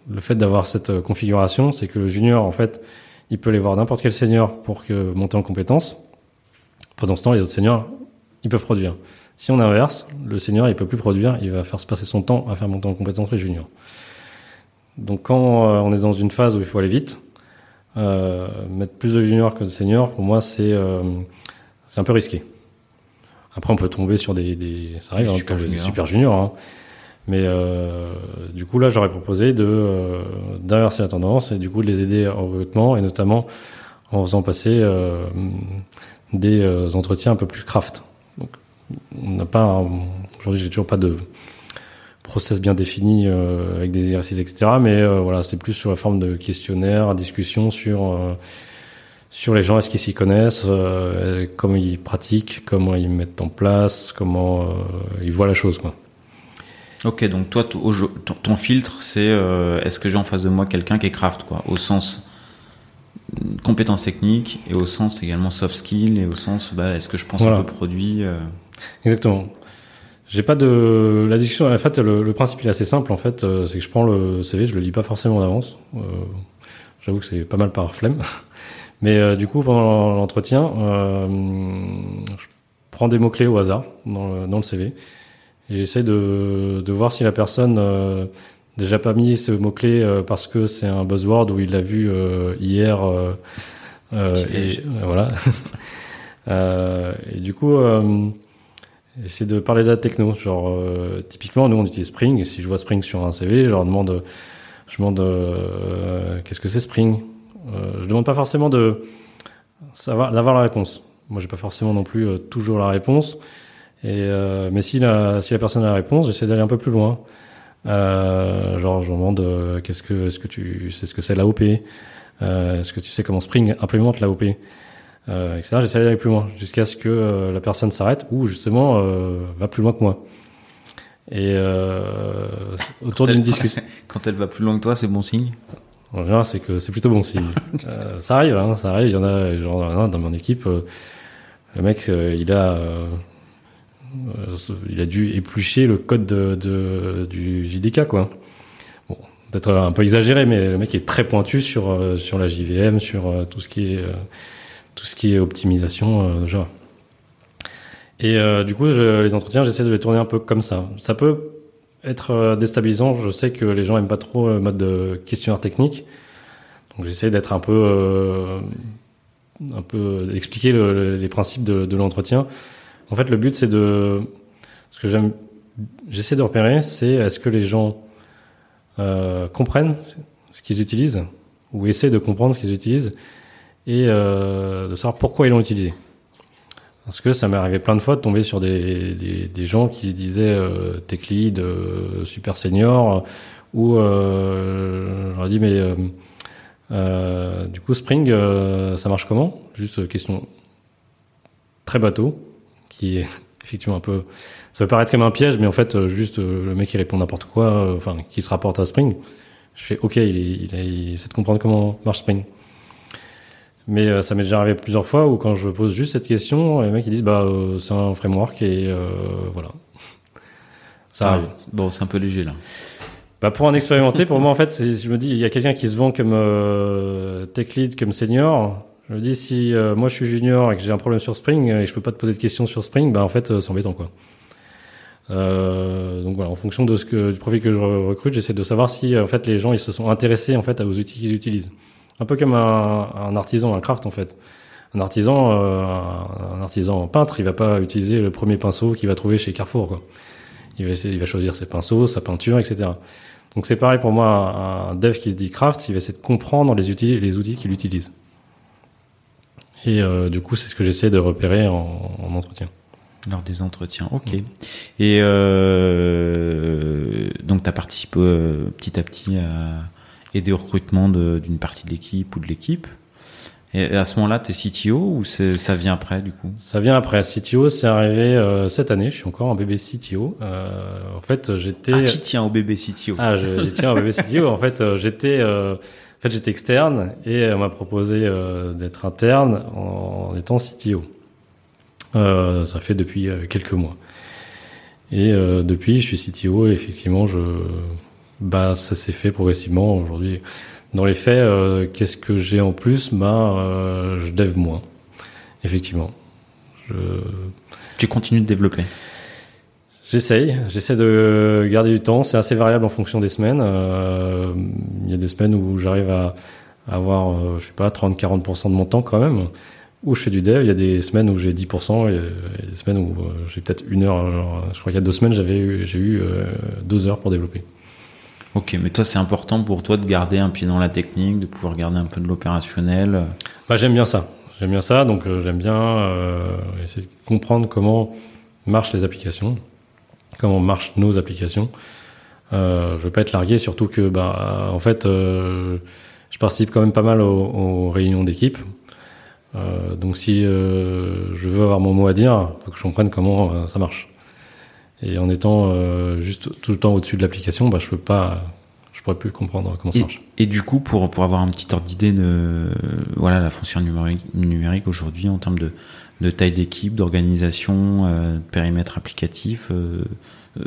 le fait d'avoir cette configuration, c'est que le junior, en fait, il peut aller voir n'importe quel senior pour que monter en compétences. Pendant ce temps, les autres seniors, ils peuvent produire. Si on inverse, le senior, il peut plus produire, il va faire se passer son temps à faire monter en compétences les juniors. Donc quand euh, on est dans une phase où il faut aller vite, euh, mettre plus de juniors que de seniors, pour moi, c'est euh, c'est un peu risqué. Après, on peut tomber sur des, des ça arrive, des, hein, super, juniors. des super juniors. Hein. Mais euh, du coup, là, j'aurais proposé de euh, d'inverser la tendance et du coup de les aider en recrutement et notamment en faisant passer euh, des euh, entretiens un peu plus craft. Donc, on n'a pas un, aujourd'hui, j'ai toujours pas de process bien défini euh, avec des exercices, et cetera. Mais euh, voilà, c'est plus sur la forme de questionnaire, discussion sur euh, sur les gens, est-ce qu'ils s'y connaissent, euh, comment ils pratiquent, comment ils mettent en place, comment euh, ils voient la chose, quoi.
Ok, donc toi, ton, ton filtre, c'est euh, est-ce que j'ai en face de moi quelqu'un qui est craft, quoi, au sens compétences techniques et au sens également soft skill et au sens bah, est-ce que je pense voilà. un peu produit euh...
Exactement. J'ai pas de la discussion. En fait, le, le principe il est assez simple. En fait, euh, c'est que je prends le C V, je le lis pas forcément d'avance. Euh, j'avoue que c'est pas mal par flemme. Mais euh, du coup, pendant l'entretien, euh, je prends des mots clés au hasard dans le, dans le C V. Et j'essaie de, de voir si la personne euh, déjà pas mis ce mot-clé euh, parce que c'est un buzzword où il l'a vu euh, hier. Euh, euh, et, euh, voilà. euh, et du coup, euh, essayer de parler de la techno. Genre, euh, typiquement, nous on utilise Spring. Et si je vois Spring sur un C V, je leur demande, je demande euh, qu'est-ce que c'est Spring. Euh, je demande pas forcément de savoir d'avoir la réponse. Moi, j'ai pas forcément non plus euh, toujours la réponse. Et euh, mais si la si la personne a la réponse, j'essaie d'aller un peu plus loin. Euh, genre, je demande euh, qu'est-ce que est-ce que tu sais ce que c'est l'A O P, euh, est-ce que tu sais comment Spring implémente l'A O P, euh, et cetera. J'essaie d'aller plus loin jusqu'à ce que euh, la personne s'arrête ou justement euh, va plus loin que moi. Et euh, autour d'une discussion.
Quand elle va plus loin que toi, c'est bon signe.
En général, c'est que c'est plutôt bon signe. euh, ça arrive, hein, ça arrive. Il y en a genre dans mon équipe, euh, le mec, euh, il a euh, il a dû éplucher le code de, de, du J D K, quoi. Bon, peut-être un peu exagéré, mais le mec est très pointu sur euh, sur la J V M, sur euh, tout ce qui est euh, tout ce qui est optimisation euh, Java. Et euh, du coup, je, les entretiens, j'essaie de les tourner un peu comme ça. Ça peut être euh, déstabilisant. Je sais que les gens aiment pas trop le mode de questionnaire technique, donc j'essaie d'être un peu euh, un peu d'expliquer le, le, les principes de, de l'entretien. En fait, le but, c'est de... Ce que j'aime, j'essaie de repérer, c'est est-ce que les gens euh, comprennent ce qu'ils utilisent ou essaient de comprendre ce qu'ils utilisent et euh, de savoir pourquoi ils l'ont utilisé. Parce que ça m'est arrivé plein de fois de tomber sur des, des, des gens qui disaient euh, tech lead, euh, super senior, ou euh, je leur ai dit, mais euh, euh, du coup, Spring, euh, ça marche comment ? Juste question très bateau. Qui est effectivement un peu, ça peut paraître comme un piège, mais en fait, juste euh, le mec qui répond n'importe quoi, euh, enfin, qui se rapporte à Spring, je fais OK, il, est, il, a, il essaie de comprendre comment marche Spring. Mais euh, ça m'est déjà arrivé plusieurs fois où quand je pose juste cette question, les mecs ils disent bah euh, c'est un framework et euh, voilà. Ça
ah,
arrive.
Bon, c'est un peu léger là.
Bah pour en expérimenter, pour moi en fait, c'est, je me dis il y a quelqu'un qui se vend comme euh, tech lead, comme senior. Je me dis, si euh, moi je suis junior et que j'ai un problème sur Spring et je peux pas te poser de questions sur Spring, bah en fait euh, c'est embêtant, quoi. Euh, donc voilà, en fonction de ce que du profil que je recrute, j'essaie de savoir si en fait les gens ils se sont intéressés en fait aux outils qu'ils utilisent. Un peu comme un, un artisan, un craft en fait. Un artisan, euh, un, un artisan peintre, il va pas utiliser le premier pinceau qu'il va trouver chez Carrefour, quoi. Il va essayer, il va choisir ses pinceaux, sa peinture, et cetera. Donc c'est pareil pour moi, un, un dev qui se dit craft, il va essayer de comprendre les outils, les outils qu'il utilise. Et euh, du coup, c'est ce que j'essaie de repérer en, en entretien.
Lors des entretiens, ok. Mmh. Et euh, donc, tu as participé euh, petit à petit à aider au recrutement de, d'une partie de l'équipe ou de l'équipe. Et à ce moment-là, tu es C T O ou c'est, ça vient après, du coup ?
Ça vient après. C T O, c'est arrivé euh, cette année. Je suis encore un bébé C T O. Euh, en fait, j'étais...
Ah, tu tiens au bébé C T O.
Ah, je, je tiens au bébé C T O. En fait, euh, j'étais... Euh, En fait, j'étais externe et on m'a proposé euh, d'être interne en, en étant C T O. Euh, ça fait depuis euh, quelques mois. Et euh, depuis, je suis C T O et effectivement, je, Bah, ça s'est fait progressivement aujourd'hui. Dans les faits, euh, qu'est-ce que j'ai en plus? Bah, euh, je dev moins, effectivement. Je...
Tu continues de développer?
J'essaye, j'essaie de garder du temps. C'est assez variable en fonction des semaines. Euh, il y a des semaines où j'arrive à avoir, euh, je sais pas, trente à quarante pour cent de mon temps quand même, où je fais du dev. Il y a des semaines où j'ai dix pour cent, et il y a des semaines où euh, j'ai peut-être une heure. Genre, je crois qu'il y a deux semaines, j'avais eu, j'ai eu euh, deux heures pour développer.
Ok, mais toi, c'est important pour toi de garder un pied dans la technique, de pouvoir garder un peu de l'opérationnel.
Bah, j'aime bien ça. J'aime bien ça, donc euh, j'aime bien euh, essayer de comprendre comment marchent les applications, comment marchent nos applications. Euh, je veux pas être largué, surtout que, bah, en fait, euh, je participe quand même pas mal aux, aux réunions d'équipe. Euh, donc si euh, je veux avoir mon mot à dire, faut que je comprenne comment euh, ça marche. Et en étant euh, juste tout le temps au-dessus de l'application, bah, je peux pas, je pourrais plus comprendre comment ça
Et,
marche.
et du coup, pour pour avoir un petit ordre d'idée de euh, voilà la fonction numérique, numérique aujourd'hui en termes de de taille d'équipe, d'organisation, euh, périmètre applicatif, euh, euh,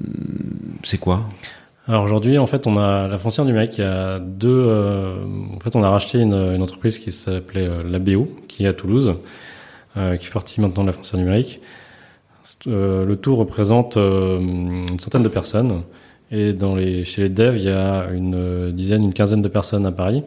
c'est quoi?
Alors aujourd'hui, en fait, on a la foncière numérique. Il y a deux. Euh, en fait, on a racheté une, une entreprise qui s'appelait euh, Labéo, qui est à Toulouse, euh, qui fait partie maintenant de la foncière numérique. Euh, le tout représente euh, une centaine de personnes, et dans les chez les devs, il y a une dizaine, une quinzaine de personnes à Paris,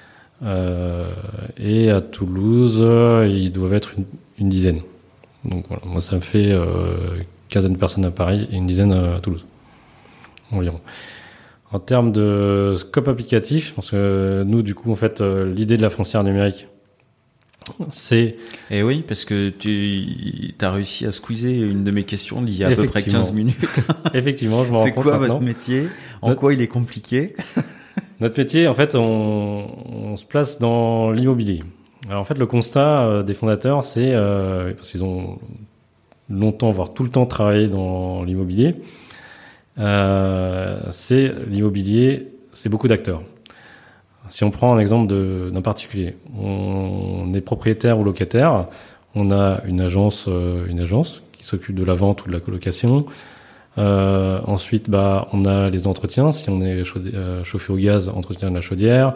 euh, et à Toulouse, ils doivent être une, une dizaine. Donc voilà, moi, ça me fait euh, une quinzaine de personnes à Paris et une dizaine à Toulouse environ. En termes de scope applicatif, parce que nous, du coup, en fait, euh, l'idée de la foncière numérique, c'est...
Eh oui, parce que tu as réussi à squeezer une de mes questions d'il y a à peu près quinze minutes.
Effectivement, je me rends
C'est
compte
quoi
maintenant.
votre métier? En
Notre...
quoi il est compliqué?
Notre métier, en fait, on, on se place dans l'immobilier. Alors, en fait, le constat euh, des fondateurs, c'est... Euh, parce qu'ils ont longtemps, voire tout le temps travaillé dans l'immobilier, euh, c'est l'immobilier, c'est beaucoup d'acteurs. Si on prend un exemple de, d'un particulier, on est propriétaire ou locataire, on a une agence, euh, une agence qui s'occupe de la vente ou de la colocation. Euh, ensuite, bah, on a les entretiens. Si on est chauffé, euh, chauffé au gaz, entretien de la chaudière.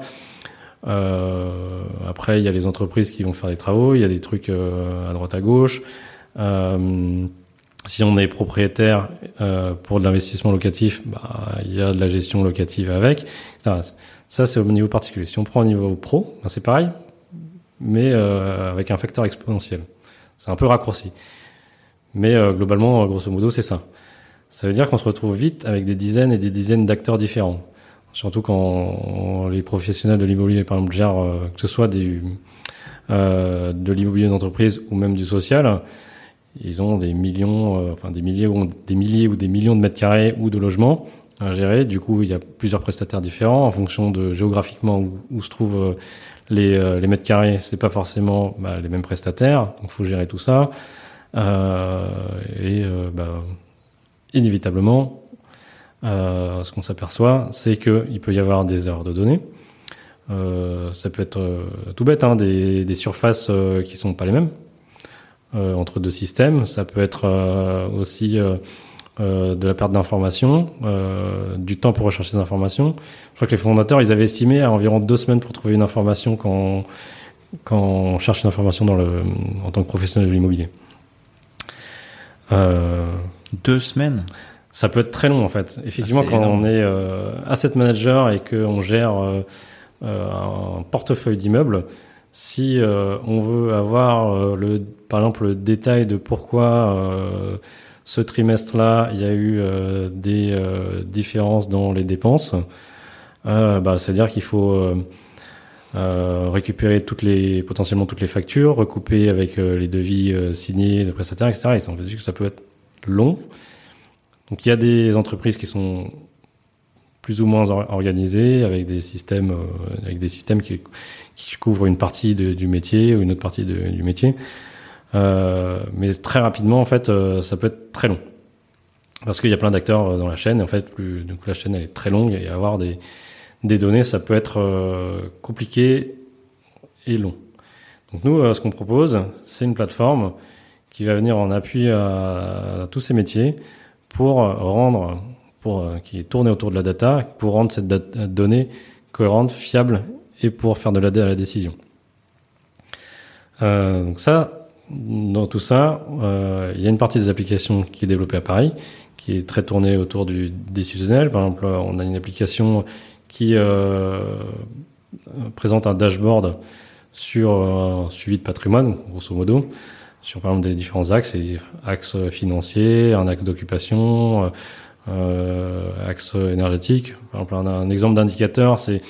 Euh, après, il y a les entreprises qui vont faire des travaux. Il y a des trucs euh, à droite à gauche. Euh, si on est propriétaire euh, pour de l'investissement locatif, bah, il y a de la gestion locative avec. Ça, ça c'est au niveau particulier. Si on prend au niveau pro, bah, c'est pareil, mais euh, avec un facteur exponentiel. C'est un peu raccourci. Mais euh, globalement, grosso modo, c'est ça. Ça veut dire qu'on se retrouve vite avec des dizaines et des dizaines d'acteurs différents. Surtout quand les professionnels de l'immobilier, par exemple, gèrent, euh, que ce soit des, euh, de l'immobilier d'entreprise ou même du social, ils ont des millions, euh, enfin des milliers ou des milliers ou des millions de mètres carrés ou de logements à gérer. Du coup, il y a plusieurs prestataires différents en fonction de géographiquement où, où se trouvent euh, les, euh, les mètres carrés. C'est pas forcément bah, les mêmes prestataires, donc il faut gérer tout ça. Euh, et euh, bah, inévitablement, euh, ce qu'on s'aperçoit, c'est qu'il peut y avoir des erreurs de données. Euh, ça peut être euh, tout bête, hein, des, des surfaces euh, qui sont pas les mêmes euh, entre deux systèmes. Ça peut être euh, aussi euh, euh, de la perte d'informations, euh, du temps pour rechercher des informations. Je crois que les fondateurs, ils avaient estimé à environ deux semaines pour trouver une information quand, quand on cherche une information dans le, en tant que professionnel de l'immobilier. Euh,
Deux semaines?
Ça peut être très long en fait. Effectivement, ah, quand énorme. On est euh, asset manager et qu'on gère euh, euh, un portefeuille d'immeubles, si euh, on veut avoir euh, le, par exemple le détail de pourquoi euh, ce trimestre-là il y a eu euh, des euh, différences dans les dépenses, euh, bah, c'est-à-dire qu'il faut euh, euh, récupérer toutes les potentiellement toutes les factures, recouper avec euh, les devis euh, signés de prestataires, et cetera. Il semble que ça peut être long. Donc il y a des entreprises qui sont plus ou moins organisées avec des systèmes, euh, avec des systèmes qui, qui couvrent une partie de, du métier ou une autre partie de, du métier. Euh, mais très rapidement, en fait, euh, ça peut être très long parce qu'il y a plein d'acteurs dans la chaîne. Et en fait, plus donc la chaîne elle est très longue et avoir des des données, ça peut être euh, compliqué et long. Donc nous, euh, ce qu'on propose, c'est une plateforme qui va venir en appui à, à tous ces métiers pour rendre pour euh, qui est tourné autour de la data pour rendre cette data, donnée cohérente, fiable et pour faire de la, de la décision. Euh, donc ça, dans tout ça, euh, il y a une partie des applications qui est développée à Paris, qui est très tournée autour du décisionnel. Par exemple, on a une application qui euh, présente un dashboard sur un euh, suivi de patrimoine, grosso modo, sur par exemple des différents axes, axe financier, un axe d'occupation, euh, axe énergétique. Par exemple, un, un exemple d'indicateur, c'est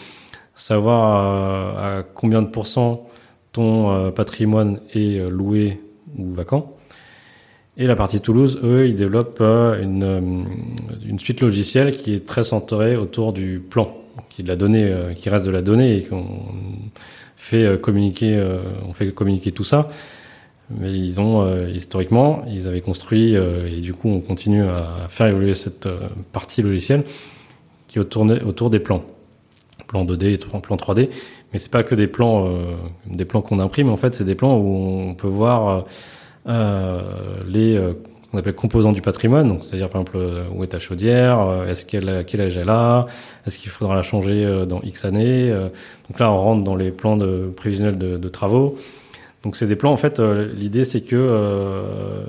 savoir à, à combien de pourcents ton euh, patrimoine est euh, loué ou vacant. Et la partie Toulouse, eux, ils développent euh, une, euh, une suite logicielle qui est très centrée autour du plan, qui est de la donnée, euh, qui reste de la donnée et qu'on fait euh, communiquer, euh, on fait communiquer tout ça. Mais ils ont euh, historiquement, ils avaient construit euh, et du coup, on continue à faire évoluer cette euh, partie logicielle qui est autour, autour des plans, plan deux D, plan trois D. Mais c'est pas que des plans, euh, des plans qu'on imprime. En fait, c'est des plans où on peut voir euh, les euh, qu'on appelle composants du patrimoine. Donc, c'est-à-dire par exemple où est ta chaudière, euh, est-ce qu'elle, quel âge elle a, est-ce qu'il faudra la changer euh, dans X années. Euh, donc là, on rentre dans les plans de prévisionnels de, de travaux. Donc, c'est des plans. En fait, euh, l'idée c'est que euh,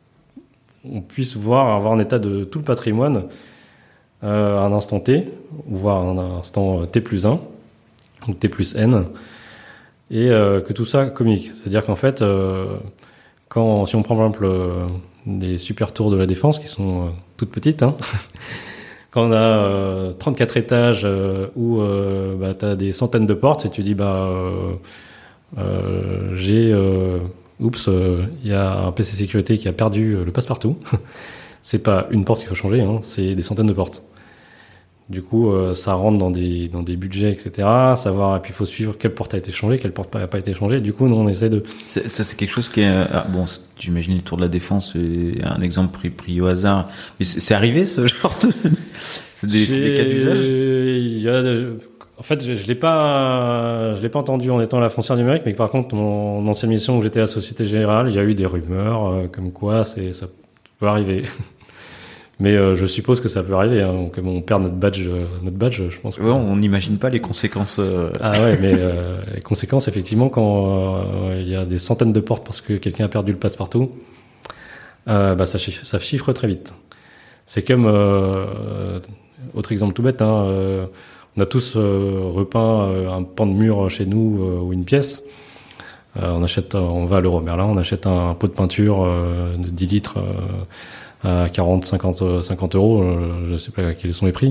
on puisse voir, avoir un état de tout le patrimoine euh, à un instant T, voire à un instant T plus un. Donc T plus N, et euh, que tout ça communique. C'est-à-dire qu'en fait, euh, quand, si on prend par exemple euh, des super tours de la Défense, qui sont euh, toutes petites, hein, quand on a euh, trente-quatre étages euh, où euh, bah, tu as des centaines de portes, et tu dis, bah, euh, euh, j'ai, euh, oups, il euh, y a un P C sécurité qui a perdu le passe-partout. C'est pas une porte qu'il faut changer, hein, c'est des centaines de portes. Du coup, euh, ça rentre dans des dans des budgets, et cetera. Savoir, et puis il faut suivre quelle porte a été changée, quelle porte n'a pas été changée. Du coup, nous, on essaie de...
C'est, ça, c'est quelque chose qui est... Ah, bon, j'imagine les tours de la Défense, c'est un exemple pris, pris au hasard. Mais c'est, c'est arrivé, ce genre de... C'est des, c'est des cas d'usage
il y a de... En fait, je, je l'ai pas, je l'ai pas entendu en étant à la Foncière Numérique, mais par contre, mon ancienne mission où j'étais à la Société Générale, il y a eu des rumeurs euh, comme quoi c'est, ça peut arriver. Mais euh, je suppose que ça peut arriver, hein, que on perd notre badge, euh, notre badge, je pense. Que...
Ouais, on n'imagine pas les conséquences. Euh...
Ah ouais, mais euh, les conséquences, effectivement, quand euh, il y a des centaines de portes parce que quelqu'un a perdu le passe-partout, euh, bah ça, ça chiffre très vite. C'est comme euh, autre exemple tout bête, hein, euh, on a tous euh, repeint euh, un pan de mur chez nous euh, ou une pièce. Euh, on achète, on va à Leroy Merlin, on achète un pot de peinture euh, de dix litres. Euh, à quarante, cinquante, cinquante euros, je ne sais pas quels sont les prix.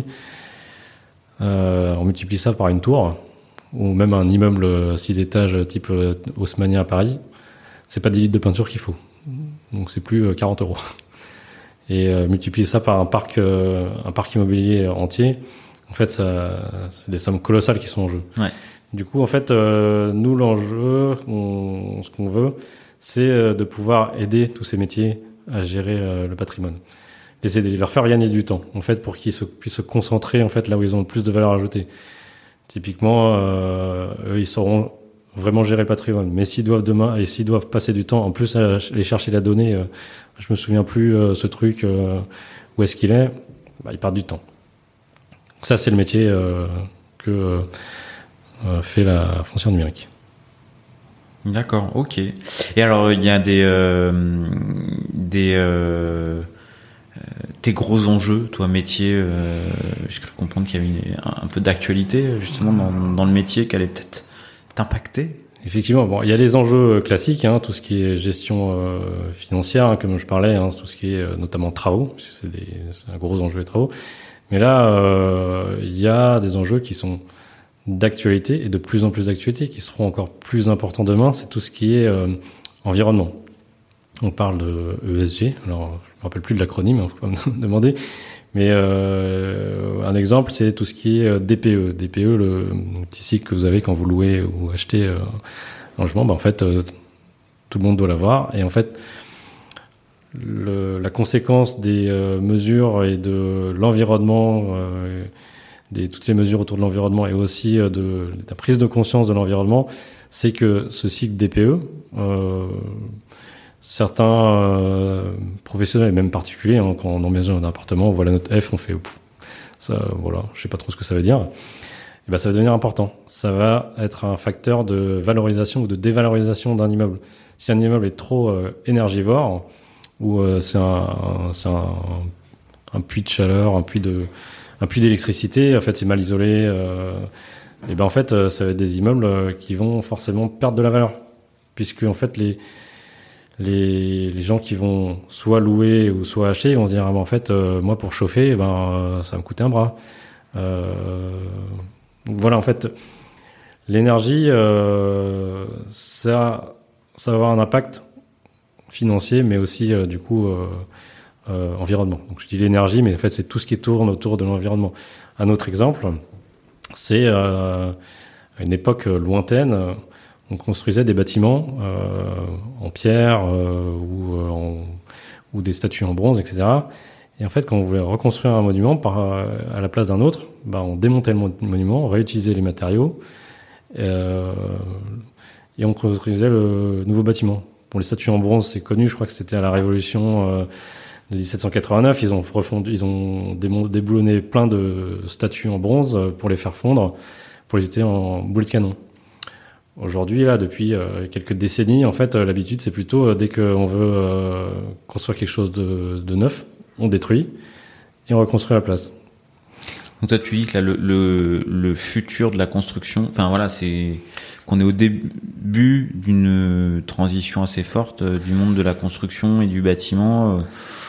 Euh, on multiplie ça par une tour, ou même un immeuble six étages type haussmannien à Paris. C'est pas dix litres de peinture qu'il faut. Donc c'est plus quarante euros. Et euh, multiplier ça par un parc, euh, un parc immobilier entier, en fait, ça, c'est des sommes colossales qui sont en jeu.
Ouais.
Du coup, en fait, euh, nous, l'enjeu, on, ce qu'on veut, c'est de pouvoir aider tous ces métiers à gérer euh, le patrimoine. Les aider, leur faire gagner du temps, en fait, pour qu'ils se, puissent se concentrer, en fait, là où ils ont le plus de valeur ajoutée. Typiquement, euh, eux, ils sauront vraiment gérer le patrimoine. Mais s'ils doivent demain, et s'ils doivent passer du temps, en plus, à aller chercher la donnée, euh, je me souviens plus, euh, ce truc, euh, où est-ce qu'il est, bah, ils perdent du temps. Donc ça, c'est le métier, euh, que, euh, fait la Foncière Numérique.
D'accord, ok. Et alors, il y a des euh, des euh, tes gros enjeux, toi, métier. Euh, J'ai cru comprendre qu'il y avait une, un, un peu d'actualité justement dans, dans le métier qui allait peut-être t'impacter.
Effectivement, bon, il y a les enjeux classiques, hein, tout ce qui est gestion euh, financière, hein, comme je parlais, hein, tout ce qui est euh, notamment travaux, parce que c'est, des, c'est un gros enjeu les travaux. Mais là, euh, il y a des enjeux qui sont d'actualité et de plus en plus d'actualité, qui seront encore plus importants demain, c'est tout ce qui est euh, environnement. On parle de E S G, alors je me rappelle plus de l'acronyme, hein, faut pas me demander, mais euh, un exemple, c'est tout ce qui est D P E. D P E, le petit cycle que vous avez quand vous louez ou achetez euh, un logement, bah, en fait, euh, tout le monde doit l'avoir, et en fait, le, la conséquence des euh, mesures et de l'environnement, euh, Des, toutes ces mesures autour de l'environnement et aussi euh, de, de la prise de conscience de l'environnement, c'est que ce cycle D P E, euh, certains euh, professionnels et même particuliers, hein, quand on emménage dans un appartement, on voit la note F, on fait ouf, ça, voilà, je sais pas trop ce que ça veut dire. Et ben ça va devenir important. Ça va être un facteur de valorisation ou de dévalorisation d'un immeuble. Si un immeuble est trop euh, énergivore, ou euh, c'est, un, un, c'est un, un puits de chaleur, un puits de, un puits d'électricité, en fait c'est mal isolé. Euh, et ben en fait euh, ça va être des immeubles qui vont forcément perdre de la valeur, puisque en fait les les, les gens qui vont soit louer ou soit acheter, ils vont se dire ah ben en fait euh, moi pour chauffer, ben euh, ça va me coûter un bras. Euh, Voilà, en fait, l'énergie, euh, ça, ça va avoir un impact financier, mais aussi, euh, du coup, euh, euh, environnement. Donc, je dis l'énergie, mais en fait, c'est tout ce qui tourne autour de l'environnement. Un autre exemple, c'est euh, à une époque lointaine, on construisait des bâtiments euh, en pierre euh, ou, euh, en, ou des statues en bronze, et cetera. Et en fait, quand on voulait reconstruire un monument par, à la place d'un autre, bah, on démontait le monument, on réutilisait les matériaux euh, et on construisait le nouveau bâtiment. Pour les statues en bronze, c'est connu, je crois que c'était à la Révolution euh, de dix-sept cent quatre-vingt-neuf. Ils ont refondu, ils ont déboulonné plein de statues en bronze pour les faire fondre, pour les jeter en boulet de canon. Aujourd'hui, là, depuis euh, quelques décennies, en fait, euh, l'habitude, c'est plutôt euh, dès qu'on veut euh, construire quelque chose de, de neuf, on détruit et on reconstruit à la place.
Donc toi tu dis que là, le, le, le futur de la construction, enfin voilà, c'est qu'on est au début d'une transition assez forte euh, du monde de la construction et du bâtiment. Euh,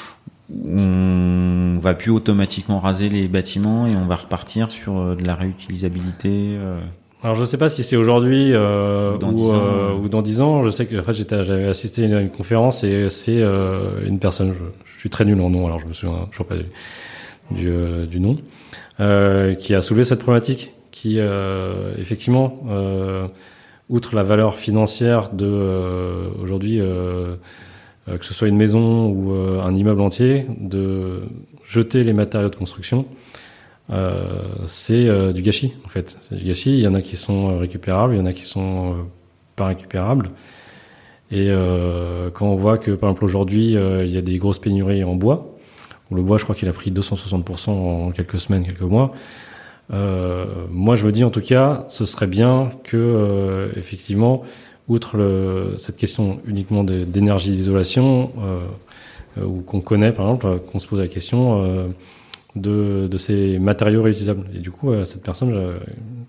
on va plus automatiquement raser les bâtiments et on va repartir sur euh, de la réutilisabilité. Euh.
Alors je sais pas si c'est aujourd'hui euh,
ou, dans
ou, euh,
ans,
ou dans dix ans. Je sais que en fait j'étais, j'avais assisté à une conférence et c'est euh, une personne. Je, je suis très nul en nom, alors je me souviens toujours pas du du, euh, du nom, euh, qui a soulevé cette problématique, qui euh, effectivement, euh, outre la valeur financière de euh, aujourd'hui, euh, euh, que ce soit une maison ou euh, un immeuble entier, de jeter les matériaux de construction. Euh, c'est euh, du gâchis en fait. C'est du gâchis. Il y en a qui sont récupérables, il y en a qui sont euh, pas récupérables. Et euh, quand on voit que par exemple aujourd'hui euh, il y a des grosses pénuries en bois, où le bois je crois qu'il a pris deux cent soixante pour cent en quelques semaines, quelques mois. Euh, moi je me dis en tout cas, ce serait bien que euh, effectivement, outre le, cette question uniquement de, d'énergie d'isolation, euh, ou qu'on connaît par exemple, qu'on se pose la question. Euh, De, de ces matériaux réutilisables. Et du coup, euh, cette personne je,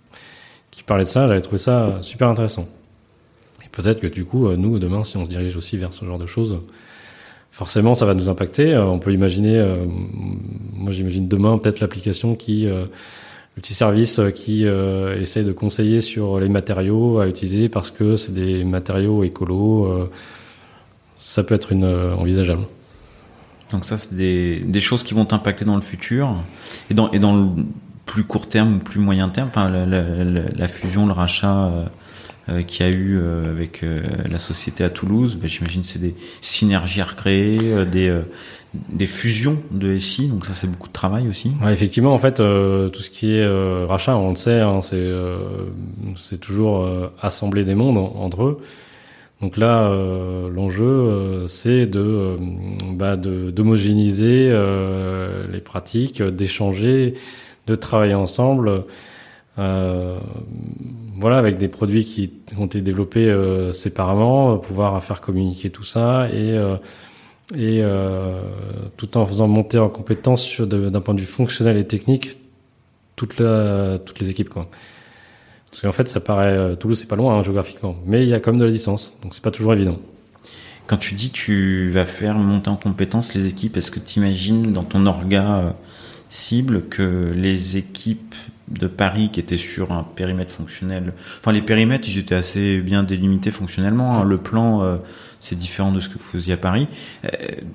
qui parlait de ça, j'avais trouvé ça super intéressant. Et peut-être que du coup, euh, nous, demain, si on se dirige aussi vers ce genre de choses, forcément, ça va nous impacter. Euh, on peut imaginer, euh, moi j'imagine demain, peut-être l'application qui, euh, le petit service qui euh, essaie de conseiller sur les matériaux à utiliser parce que c'est des matériaux écolos. Euh, ça peut être une, euh, envisageable.
Donc ça, c'est des, des choses qui vont t'impacter dans le futur et dans, et dans le plus court terme ou plus moyen terme. Enfin, la, la, la, la fusion, le rachat euh, euh, qu'il y a eu euh, avec euh, la société à Toulouse, ben, j'imagine que c'est des synergies à recréer, euh, des, euh, des fusions de S I. Donc ça, c'est beaucoup de travail aussi.
Ouais, effectivement, en fait, euh, tout ce qui est euh, rachat, on le sait, hein, c'est, euh, c'est toujours euh, assembler des mondes en, entre eux. Donc là, euh, l'enjeu, euh, c'est de, euh, bah, de d'homogénéiser euh, les pratiques, d'échanger, de travailler ensemble. Euh, voilà, avec des produits qui ont été développés euh, séparément, pouvoir faire communiquer tout ça et euh, et euh, tout en faisant monter en compétence sur de, d'un point de vue fonctionnel et technique toute la, toutes les équipes, quoi. Parce qu'en fait, ça paraît, Toulouse, c'est pas loin hein, géographiquement, mais il y a quand même de la distance, donc c'est pas toujours évident.
Quand tu dis tu vas faire monter en compétence les équipes, est-ce que tu imagines dans ton orga cible que les équipes de Paris qui étaient sur un périmètre fonctionnel, enfin les périmètres ils étaient assez bien délimités fonctionnellement, hein, le plan euh, c'est différent de ce que vous faisiez à Paris, euh,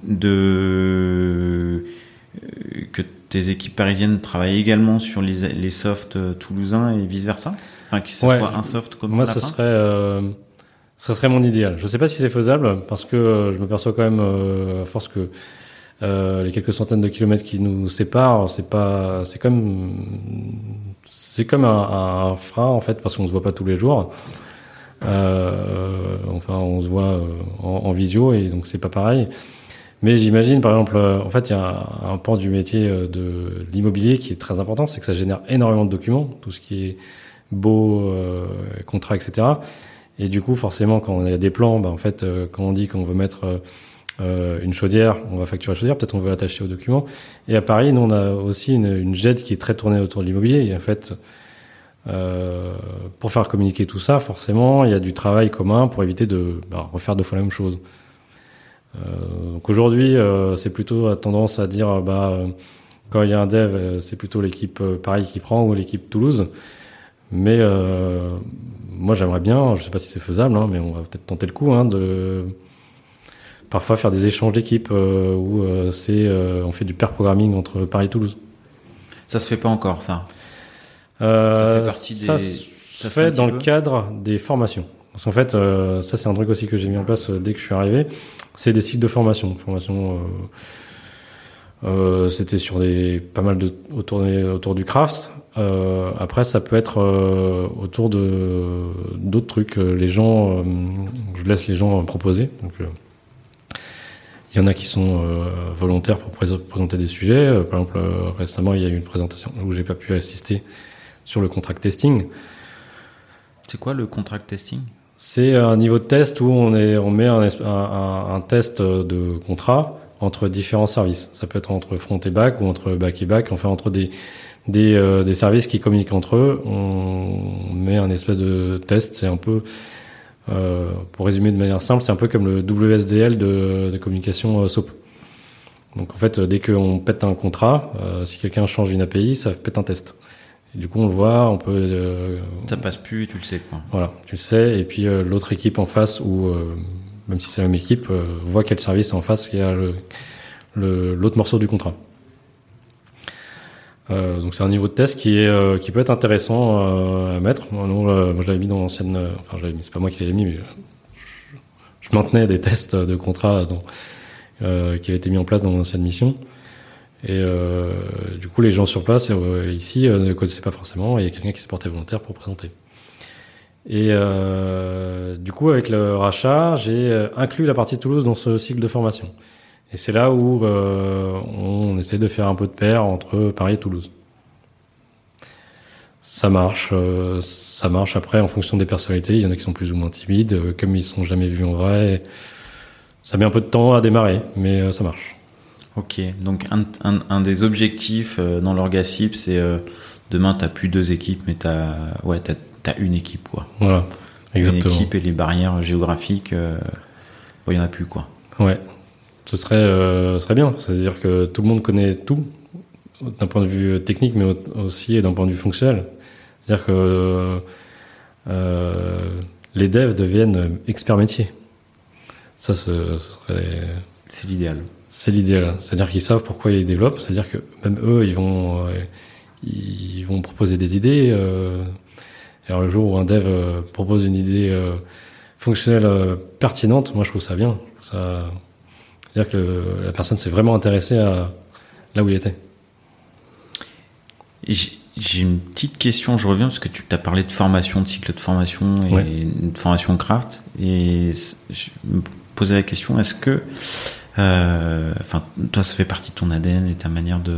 de euh, que tes équipes parisiennes travaillent également sur les, les softs toulousains et vice versa, enfin que ce
ouais,
soit un soft comme
moi ce serait euh, ce serait mon idéal. Je sais pas si c'est faisable parce que euh, je me perçois quand même euh, à force que euh, les quelques centaines de kilomètres qui nous séparent, c'est pas, c'est comme, c'est comme un, un frein en fait parce qu'on se voit pas tous les jours. Euh, enfin, on se voit euh, en, en visio et donc c'est pas pareil. Mais j'imagine, par exemple, euh, en fait, il y a un, un pan du métier euh, de l'immobilier qui est très important, c'est que ça génère énormément de documents, tout ce qui est beau, euh, contrat, et cetera. Et du coup, forcément, quand on a des plans, bah, en fait, euh, quand on dit qu'on veut mettre euh, euh, une chaudière, on va facturer la chaudière, peut-être on veut l'attacher au document. Et à Paris, nous, on a aussi une, une G E D qui est très tournée autour de l'immobilier. Et en fait, euh, pour faire communiquer tout ça, forcément, il y a du travail commun pour éviter de bah, refaire deux fois la même chose. Euh, donc aujourd'hui, euh, c'est plutôt à tendance à dire, bah, euh, quand il y a un dev, euh, c'est plutôt l'équipe euh, Paris qui prend ou l'équipe Toulouse. Mais euh, moi, j'aimerais bien, je sais pas si c'est faisable, hein, mais on va peut-être tenter le coup, hein, de parfois faire des échanges d'équipes euh, où euh, c'est, euh, on fait du pair programming entre Paris et Toulouse.
Ça se fait pas encore, ça.
Euh,
ça fait partie des.
Ça se ça fait, fait dans le cadre des formations. Parce qu'en fait, euh, ça c'est un truc aussi que j'ai mis en place euh, dès que je suis arrivé. C'est des cycles de formation. Formation, euh, euh, c'était sur des pas mal de autour autour du craft. Euh, après, ça peut être euh, autour de d'autres trucs. Les gens, euh, je laisse les gens proposer. Donc, euh, il y en a qui sont euh, volontaires pour pré- présenter des sujets. Euh, par exemple, euh, récemment, il y a eu une présentation où j'ai pas pu assister sur le contract testing.
C'est quoi le contract testing ?
C'est un niveau de test où on, est, on met un, un, un test de contrat entre différents services. Ça peut être entre front et back ou entre back et back, enfin entre des, des, euh, des services qui communiquent entre eux. On met un espèce de test. C'est un peu, euh, pour résumer de manière simple, c'est un peu comme le W S D L de, de communication euh, S O A P. Donc en fait, dès qu'on pète un contrat, euh, si quelqu'un change une A P I, ça pète un test. Et du coup, on le voit, on peut. Euh,
ça passe plus et tu le sais, quoi.
Voilà, tu le sais. Et puis euh, l'autre équipe en face, ou euh, même si c'est la même équipe, euh, voit quel service en face il y a le, le, l'autre morceau du contrat. Euh, donc c'est un niveau de test qui est euh, qui peut être intéressant euh, à mettre. Moi, nous, euh, moi, je l'avais mis dans l'ancienne. Euh, enfin, je l'avais mis. C'est pas moi qui l'avais mis, mais je, je, je maintenais des tests de contrat dans, euh, qui avaient été mis en place dans mon ancienne mission. Et euh, du coup, les gens sur place, euh, ici, euh, ne connaissaient pas forcément, et il y a quelqu'un qui s'est porté volontaire pour présenter. Et euh, du coup, avec le rachat, j'ai inclus la partie Toulouse dans ce cycle de formation. Et c'est là où euh, on essaie de faire un peu de pair entre Paris et Toulouse. Ça marche, euh, ça marche après en fonction des personnalités. Il y en a qui sont plus ou moins timides, euh, comme ils ne sont jamais vus en vrai. Ça met un peu de temps à démarrer, mais euh, ça marche.
Ok, donc un, un, un des objectifs euh, dans l'Orgasip, c'est euh, demain t'as plus deux équipes, mais t'as ouais t'as, t'as une équipe, quoi.
Voilà, exactement.
Une équipe et les barrières géographiques, euh, bon, il y en a plus, quoi.
Ouais, ce serait euh, ce serait bien. C'est-à-dire que tout le monde connaît tout d'un point de vue technique, mais aussi d'un point de vue fonctionnel. C'est-à-dire que euh, les devs deviennent experts métiers. Ça, ce, ce serait.
C'est l'idéal.
C'est l'idéal. C'est-à-dire qu'ils savent pourquoi ils développent. C'est-à-dire que même eux, ils vont, euh, ils vont proposer des idées. Euh, alors le jour où un dev euh, propose une idée euh, fonctionnelle euh, pertinente, moi je trouve ça bien. Je trouve ça... C'est-à-dire que le, la personne s'est vraiment intéressée à là où il était.
Et j'ai, j'ai une petite question. Je reviens parce que tu as parlé de formation, de cycle de formation et ouais. de formation craft. Et je me posais la question, est-ce que Enfin, euh, toi, ça fait partie de ton A D N et ta manière de.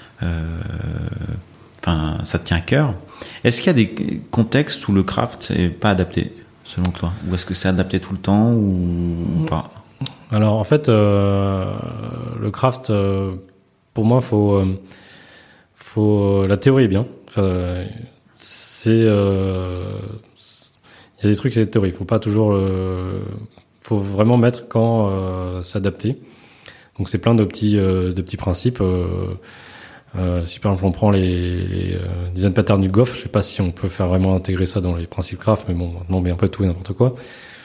Enfin, euh, ça te tient à cœur. Est-ce qu'il y a des contextes où le craft n'est pas adapté, selon toi, ou est-ce que c'est adapté tout le temps ou, ou pas ?
Alors, en fait, euh, le craft, euh, pour moi, faut, euh, faut. La théorie est bien. Enfin, c'est. Il euh, y a des trucs, c'est la théorie. Il faut pas toujours. Euh, faut vraiment mettre quand euh, s'adapter. Donc c'est plein de petits euh, de petits principes. Euh, euh, si par exemple on prend les, les euh, design patterns du G O F, je sais pas si on peut faire vraiment intégrer ça dans les principes craft, mais bon, maintenant on met un peu tout et n'importe quoi.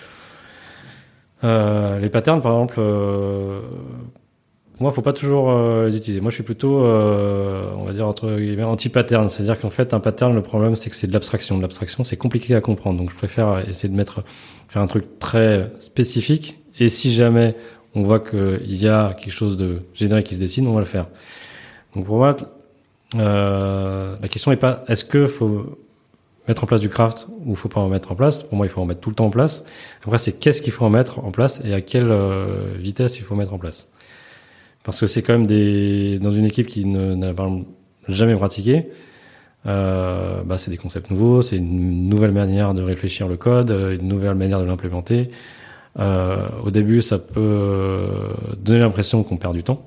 Euh, les patterns, par exemple, euh, pour moi, faut pas toujours euh, les utiliser. Moi, je suis plutôt, euh, on va dire entre guillemets, anti-pattern. C'est-à-dire qu'en fait, un pattern, le problème, c'est que c'est de l'abstraction. De l'abstraction, c'est compliqué à comprendre. Donc, je préfère essayer de mettre faire un truc très spécifique, et si jamais on voit qu'il y a quelque chose de générique qui se dessine, on va le faire. Donc pour moi, euh, la question n'est pas est-ce que faut mettre en place du craft ou faut pas en mettre en place. Pour moi, il faut en mettre tout le temps en place. Après, c'est qu'est-ce qu'il faut en mettre en place et à quelle euh, vitesse il faut mettre en place. Parce que c'est quand même des dans une équipe qui ne, n'a jamais pratiqué. Euh, bah, c'est des concepts nouveaux, c'est une nouvelle manière de réfléchir le code, une nouvelle manière de l'implémenter. Euh, au début, ça peut donner l'impression qu'on perd du temps.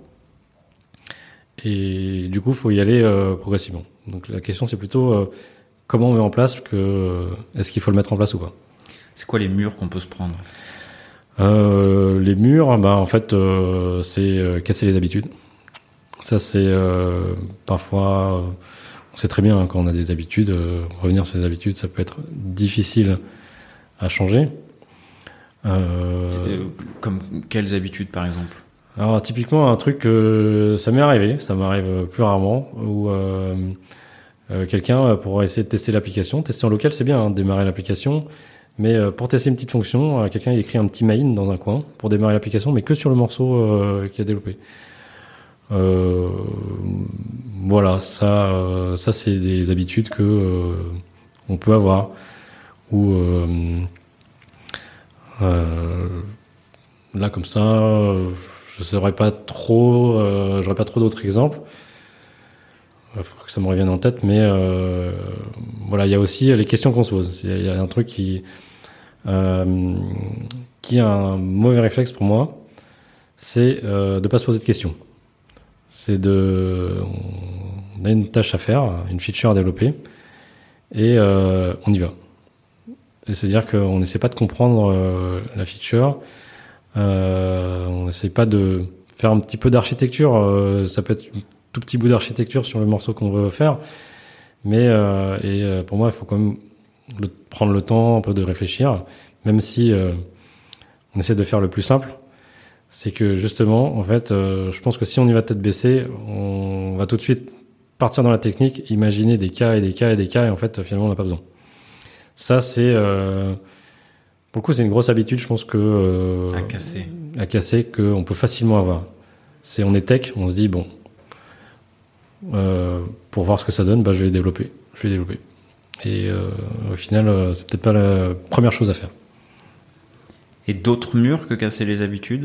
Et du coup, il faut y aller euh, progressivement. Donc la question, c'est plutôt euh, comment on met en place que est-ce qu'il faut le mettre en place ou pas.
C'est quoi les murs qu'on peut se prendre?
euh, Les murs, bah, en fait, euh, c'est euh, casser les habitudes. Ça, c'est euh, parfois... Euh, on sait très bien hein, quand on a des habitudes, euh, revenir sur ces habitudes, ça peut être difficile à changer.
Euh... Comme quelles habitudes, par exemple?
Alors, typiquement, un truc, euh, ça m'est arrivé, ça m'arrive plus rarement, où euh, euh, quelqu'un, pour essayer de tester l'application, tester en local, c'est bien, hein, démarrer l'application, mais euh, pour tester une petite fonction, euh, quelqu'un il écrit un petit main dans un coin pour démarrer l'application, mais que sur le morceau euh, qu'il a développé. Euh, voilà, ça, euh, ça c'est des habitudes que euh, on peut avoir. Ou euh, euh, là comme ça, euh, je saurais pas trop, euh, j'aurais pas trop d'autres exemples. Il faudrait que ça me revienne en tête, mais euh, voilà, il y a aussi les questions qu'on se pose. Il y a un truc qui euh, qui a un mauvais réflexe pour moi, c'est euh, de pas se poser de questions. C'est de, on a une tâche à faire, une feature à développer, et euh, on y va. Et c'est-à-dire qu'on n'essaie pas de comprendre euh, la feature, euh, on n'essaie pas de faire un petit peu d'architecture, euh, ça peut être un tout petit bout d'architecture sur le morceau qu'on veut faire, mais euh, et euh, pour moi, il faut quand même le, prendre le temps un peu de réfléchir, même si euh, on essaie de faire le plus simple. C'est que justement, en fait, euh, je pense que si on y va tête baissée, on va tout de suite partir dans la technique, imaginer des cas et des cas et des cas, et en fait, finalement, on n'a pas besoin. Ça, c'est... Euh, pour le coup, c'est une grosse habitude, je pense que... Euh,
à casser.
À casser, qu'on peut facilement avoir. C'est, on est tech, on se dit, bon, euh, pour voir ce que ça donne, bah, je vais développer. Je vais développer. Et euh, au final, euh, c'est peut-être pas la première chose à faire.
Et d'autres murs que casser les habitudes?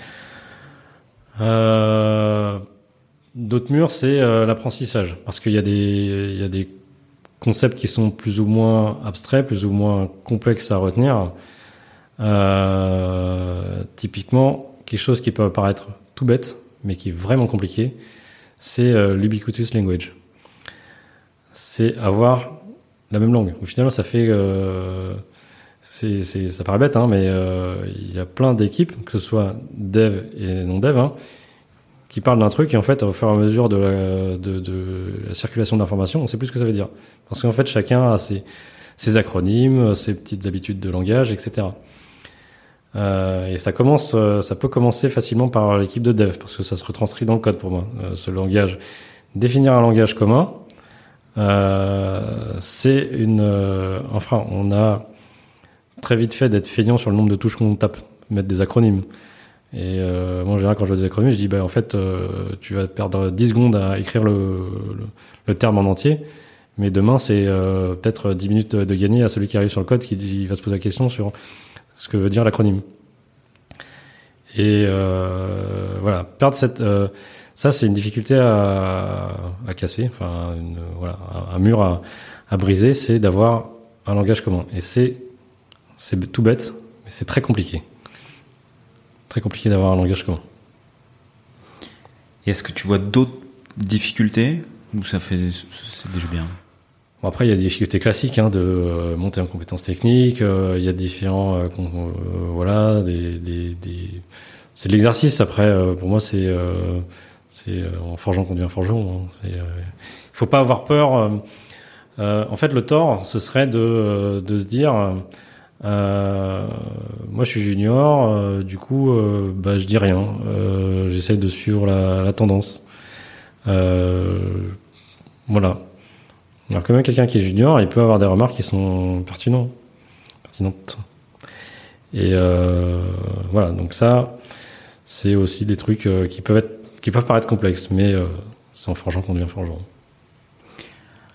Euh, d'autres murs, c'est euh, l'apprentissage, parce qu'il y a des il y a des concepts qui sont plus ou moins abstraits, plus ou moins complexes à retenir. Euh, typiquement, quelque chose qui peut paraître tout bête, mais qui est vraiment compliqué, c'est euh, l'ubiquitous language. C'est avoir la même langue. Au final, ça fait euh, C'est, c'est, ça paraît bête, hein, mais euh, il y a plein d'équipes, que ce soit dev et non dev, hein, qui parlent d'un truc et en fait, au fur et à mesure de la, de, de la circulation d'informations, on ne sait plus ce que ça veut dire. Parce qu'en fait, chacun a ses, ses acronymes, ses petites habitudes de langage, et cetera. Euh, et ça commence, ça peut commencer facilement par l'équipe de dev, parce que ça se retranscrit dans le code pour moi. Euh, ce langage, définir un langage commun, euh, c'est une, euh, un frein. On a très vite fait d'être feignant sur le nombre de touches qu'on tape, mettre des acronymes. Et euh, moi, en général, quand je vois des acronymes, je dis, bah, en fait, euh, tu vas perdre dix secondes à écrire le, le, le terme en entier, mais demain, c'est euh, peut-être dix minutes de gagner à celui qui arrive sur le code, qui dit, il va se poser la question sur ce que veut dire l'acronyme. Et euh, voilà, perdre cette... Euh, ça, c'est une difficulté à, à casser, enfin, une, voilà, un mur à, à briser, c'est d'avoir un langage commun. Et c'est C'est tout bête, mais c'est très compliqué. Très compliqué d'avoir un langage commun.
Et est-ce que tu vois d'autres difficultés ou ça fait, c'est déjà bien?
Bon, après, il y a des difficultés classiques hein, de euh, monter en compétences techniques. Euh, il y a différents, euh, euh, voilà, des, des, des... c'est de l'exercice. Après, euh, pour moi, c'est, euh, c'est euh, en forgeant qu'on devient forgeron. Hein. C'est, euh, il faut pas avoir peur. Euh, euh, en fait, le tort, ce serait de, de se dire. Euh, moi je suis junior, euh, du coup euh, bah, je dis rien, euh, j'essaie de suivre la, la tendance. Euh, voilà. Alors que même quelqu'un qui est junior, il peut avoir des remarques qui sont pertinentes. pertinentes. Et euh, voilà, donc ça, c'est aussi des trucs euh, qui peuvent être, qui peuvent paraître complexes, mais euh, c'est en forgeant qu'on devient forgeron.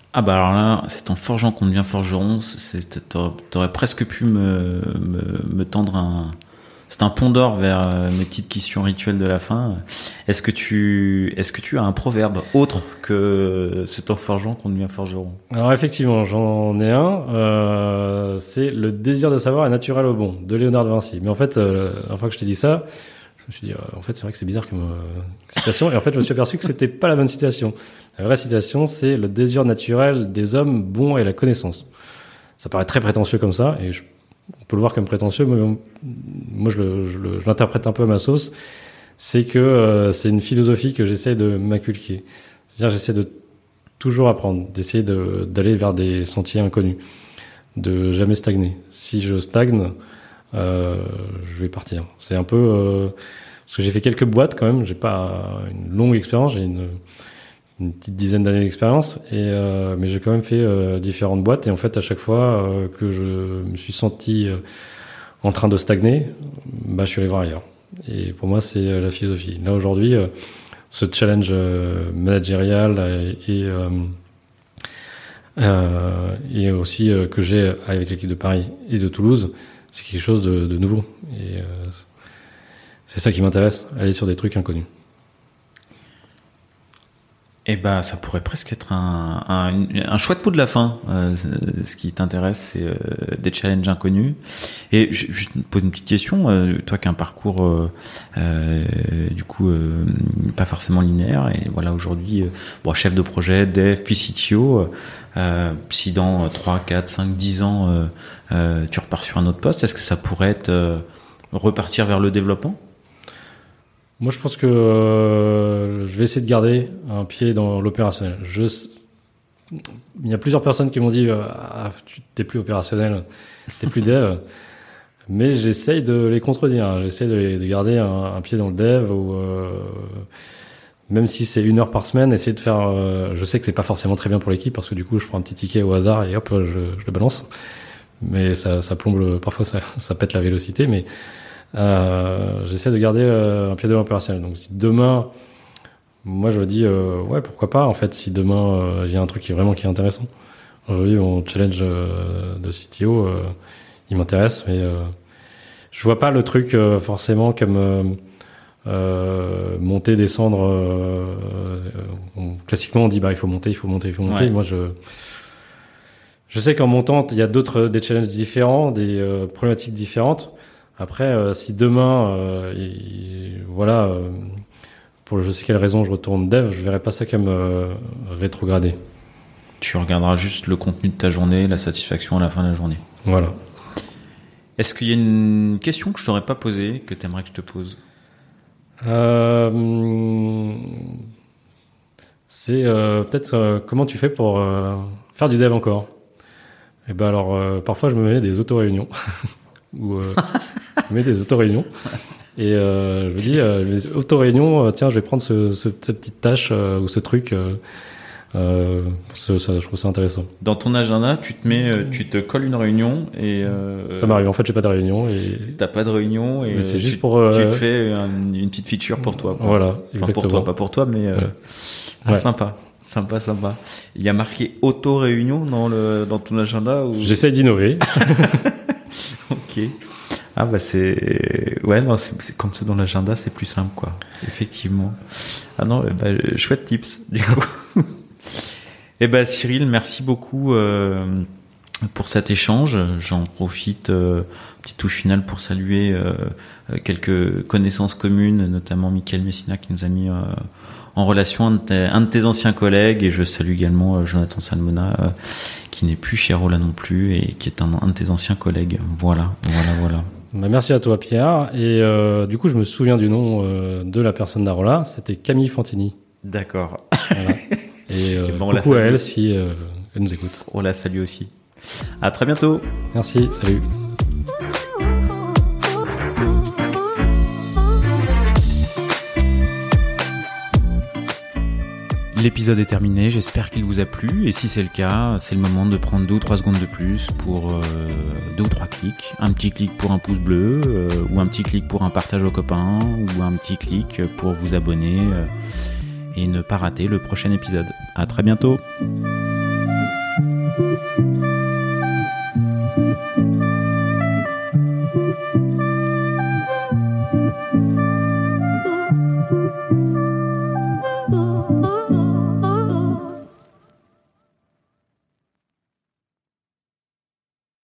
Ah bah alors là, c'est en forgeant qu'on devient forgeron. C'est, t'aurais, t'aurais presque pu me, me, me tendre un... C'est un pont d'or vers mes petites questions rituelles de la fin. Est-ce que tu, est-ce que tu as un proverbe autre que c'est en forgeant qu'on devient forgeron?
Alors effectivement, j'en ai un. Euh, c'est le désir de savoir est naturel au bon, de Léonard de Vinci. Mais en fait, euh, la fois que je t'ai dit ça, je me suis dit, euh, en fait, c'est vrai que c'est bizarre comme euh, citation. Et en fait, je me suis aperçu que c'était pas la bonne citation. La vraie citation, c'est le désir naturel des hommes bon est la connaissance. Ça paraît très prétentieux comme ça, et je on peut le voir comme prétentieux, mais moi je, le, je, le, je l'interprète un peu à ma sauce. C'est que euh, c'est une philosophie que j'essaie de m'inculquer. C'est-à-dire j'essaie de toujours apprendre, d'essayer de, d'aller vers des sentiers inconnus, de jamais stagner. Si je stagne, euh, je vais partir. C'est un peu euh, parce que j'ai fait quelques boîtes quand même. J'ai pas une longue expérience, j'ai une une petite dizaine d'années d'expérience, et euh, mais j'ai quand même fait euh, différentes boîtes, et en fait à chaque fois euh, que je me suis senti euh, en train de stagner, bah je suis allé voir ailleurs. Et pour moi c'est euh, la philosophie. Là aujourd'hui, euh, ce challenge euh, managérial et euh, euh, et aussi euh, que j'ai avec l'équipe de Paris et de Toulouse, c'est quelque chose de, de nouveau, et euh, c'est ça qui m'intéresse, aller sur des trucs inconnus.
Eh ben, ça pourrait presque être un, un, un chouette pot de la fin. Euh, ce qui t'intéresse, c'est euh, des challenges inconnus. Et je, je te pose une petite question. Euh, toi qui as un parcours, euh, euh, du coup, euh, pas forcément linéaire, et voilà, aujourd'hui, euh, bon, chef de projet, dev, puis C T O, euh, si dans trois, quatre, cinq, dix ans, euh, euh, tu repars sur un autre poste, est-ce que ça pourrait être euh, repartir vers le développement ?
Moi, je pense que euh, je vais essayer de garder un pied dans l'opérationnel. Je, il y a plusieurs personnes qui m'ont dit euh, ah, tu t'es plus opérationnel, t'es plus dev, mais j'essaye de les contredire. Hein. J'essaie de, de garder un, un pied dans le dev, ou euh, même si c'est une heure par semaine, essayer de faire. Euh, je sais que c'est pas forcément très bien pour l'équipe parce que du coup, je prends un petit ticket au hasard et hop, je, je le balance. Mais ça, ça plombe. Le, parfois, ça, ça pète la vélocité, mais Euh, j'essaie de garder euh, un pied devant l'opérationnel. Donc si demain, moi je me dis euh, ouais pourquoi pas en fait, si demain il euh, y a un truc qui est vraiment qui est intéressant. Aujourd'hui mon challenge euh, de C T O euh, il m'intéresse, mais euh, je vois pas le truc euh, forcément comme euh, euh, monter, descendre. Euh, on, classiquement on dit bah il faut monter, il faut monter, il faut monter. Ouais. Moi je je sais qu'en montant il y a d'autres des challenges différents, des euh, problématiques différentes. Après, euh, si demain, euh, il, voilà, euh, pour je sais quelle raison je retourne dev, je verrai pas ça comme euh, rétrogradé.
Tu regarderas juste le contenu de ta journée, la satisfaction à la fin de la journée.
Voilà.
Est-ce qu'il y a une question que je t'aurais pas posée, que tu aimerais que je te pose ?
euh, C'est euh, peut-être euh, comment tu fais pour euh, faire du dev encore ? Eh ben alors, euh, parfois je me mets des auto-réunions. Ou euh, je mets des auto-réunions et euh, je me dis euh, auto-réunion, euh, tiens je vais prendre ce, ce, cette petite tâche euh, ou ce truc euh, euh, ça, ça, je trouve ça intéressant.
Dans ton agenda tu te mets euh, tu te colles une réunion et euh,
ça m'arrive en fait, j'ai pas de réunion et
t'as pas de réunion et
mais c'est juste
tu,
pour euh,
tu te fais un, une petite feature pour toi quoi.
Voilà,
enfin,
exactement.
pour toi, pas pour toi, mais euh,
ouais.
ah,
Ouais.
sympa sympa sympa il y a marqué auto-réunion dans le dans ton agenda ou...
J'essaie d'innover.
Ok. Ah bah c'est ouais non c'est, c'est comme ça dans l'agenda, c'est plus simple quoi. Effectivement. Ah non bah, chouette tips du coup. Eh ben Cyril, merci beaucoup euh, pour cet échange. J'en profite euh, petite touche finale pour saluer euh, quelques connaissances communes, notamment Mickaël Messina qui nous a mis euh, en relation un de, tes, un de tes anciens collègues, et je salue également euh, Jonathan Salmona euh, qui n'est plus chez Rola non plus et qui est un, un de tes anciens collègues. Voilà, voilà, voilà.
Bah, merci à toi Pierre, et euh, du coup je me souviens du nom euh, de la personne d'Arola, c'était Camille Fantini.
D'accord.
Voilà. Et, euh, et bon, coucou à elle si euh, elle nous écoute.
On la salue aussi. À très bientôt.
Merci, salut.
L'épisode est terminé, j'espère qu'il vous a plu, et si c'est le cas, c'est le moment de prendre deux ou trois secondes de plus pour euh, deux ou trois clics. Un petit clic pour un pouce bleu, euh, ou un petit clic pour un partage aux copains, ou un petit clic pour vous abonner euh, et ne pas rater le prochain épisode. À très bientôt.